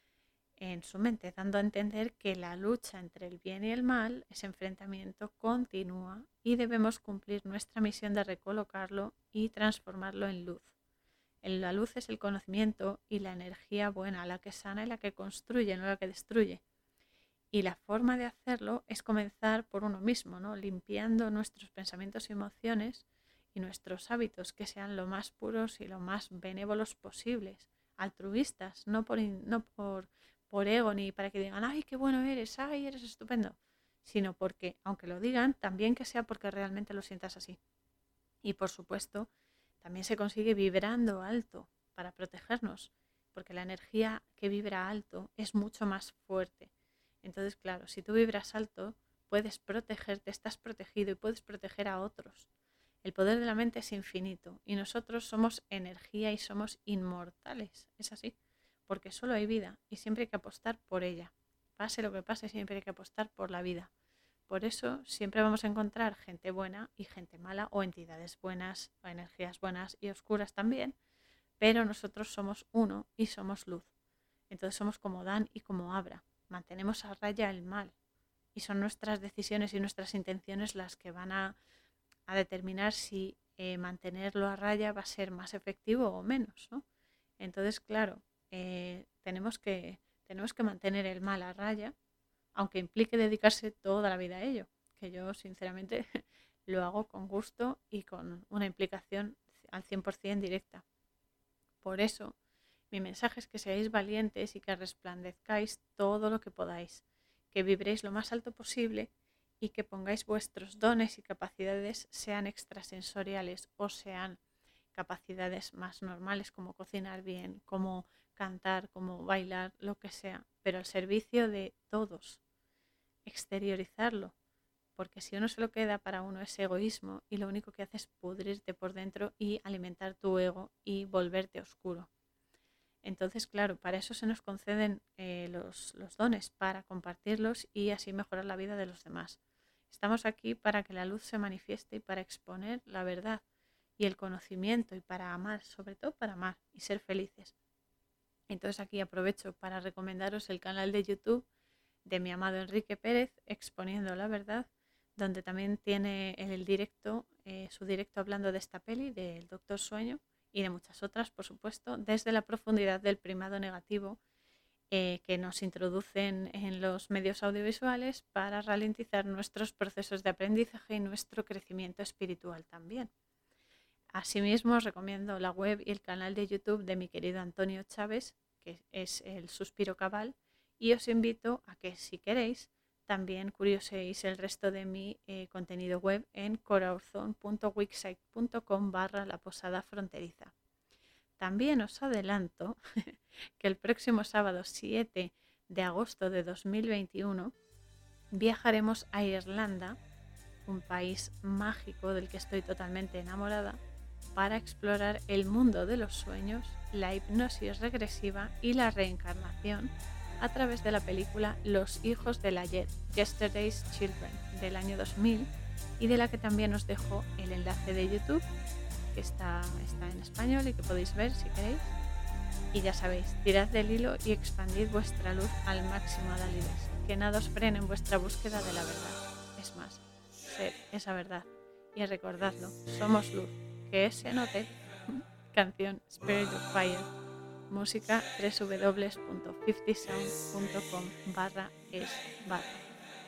en su mente, dando a entender que la lucha entre el bien y el mal, ese enfrentamiento continúa y debemos cumplir nuestra misión de recolocarlo y transformarlo en luz. La luz es el conocimiento y la energía buena, la que sana y la que construye, no la que destruye. Y la forma de hacerlo es comenzar por uno mismo, ¿no? Limpiando nuestros pensamientos y emociones y nuestros hábitos, que sean lo más puros y lo más benévolos posibles, altruistas, no por ego ni para que digan, ay, qué bueno eres, ay, eres estupendo, sino porque, aunque lo digan, también que sea porque realmente lo sientas así. Y por supuesto, también se consigue vibrando alto para protegernos, porque la energía que vibra alto es mucho más fuerte. Entonces, claro, si tú vibras alto, puedes protegerte, estás protegido y puedes proteger a otros. El poder de la mente es infinito y nosotros somos energía y somos inmortales. Es así, porque solo hay vida y siempre hay que apostar por ella. Pase lo que pase, siempre hay que apostar por la vida. Por eso siempre vamos a encontrar gente buena y gente mala, o entidades buenas, o energías buenas y oscuras también, pero nosotros somos uno y somos luz. Entonces somos como Dan y como Abra. Mantenemos a raya el mal y son nuestras decisiones y nuestras intenciones las que van a determinar si mantenerlo a raya va a ser más efectivo o menos, ¿no? Entonces, claro, tenemos que mantener el mal a raya, aunque implique dedicarse toda la vida a ello, que yo sinceramente lo hago con gusto y con una implicación al 100% directa. Por eso, mi mensaje es que seáis valientes y que resplandezcáis todo lo que podáis, que vibréis lo más alto posible y que pongáis vuestros dones y capacidades, sean extrasensoriales o sean capacidades más normales como cocinar bien, como cantar, como bailar, lo que sea, pero al servicio de todos. Exteriorizarlo, porque si uno se lo queda para uno es egoísmo y lo único que hace es pudrirte por dentro y alimentar tu ego y volverte oscuro. Entonces, claro, para eso se nos conceden los dones, para compartirlos y así mejorar la vida de los demás. Estamos aquí para que la luz se manifieste y para exponer la verdad y el conocimiento y para amar, sobre todo para amar y ser felices. Entonces aquí aprovecho para recomendaros el canal de YouTube de mi amado Enrique Pérez, Exponiendo la Verdad, donde también tiene el directo, su directo hablando de esta peli, del Doctor Sueño y de muchas otras, por supuesto, desde la profundidad del primado negativo, que nos introducen en los medios audiovisuales para ralentizar nuestros procesos de aprendizaje y nuestro crecimiento espiritual también. Asimismo, os recomiendo la web y el canal de YouTube de mi querido Antonio Chávez, que es El Suspiro Cabal, y os invito a que, si queréis, también curioséis el resto de mi contenido web en corazon.wixsite.com/La Posada Fronteriza. También os adelanto que el próximo sábado 7 de agosto de 2021 viajaremos a Irlanda, un país mágico del que estoy totalmente enamorada, para explorar el mundo de los sueños, la hipnosis regresiva y la reencarnación, a través de la película Los hijos del ayer, Yesterday's Children, del año 2000, y de la que también os dejo el enlace de YouTube, que está en español y que podéis ver si queréis. Y ya sabéis, tirad del hilo y expandid vuestra luz al máximo, Adalides, que nada os frene en vuestra búsqueda de la verdad. Es más, sed esa verdad. Y recordadlo, somos luz, que es se note. Canción Spirit of Fire. Música www.50sound.com/es/.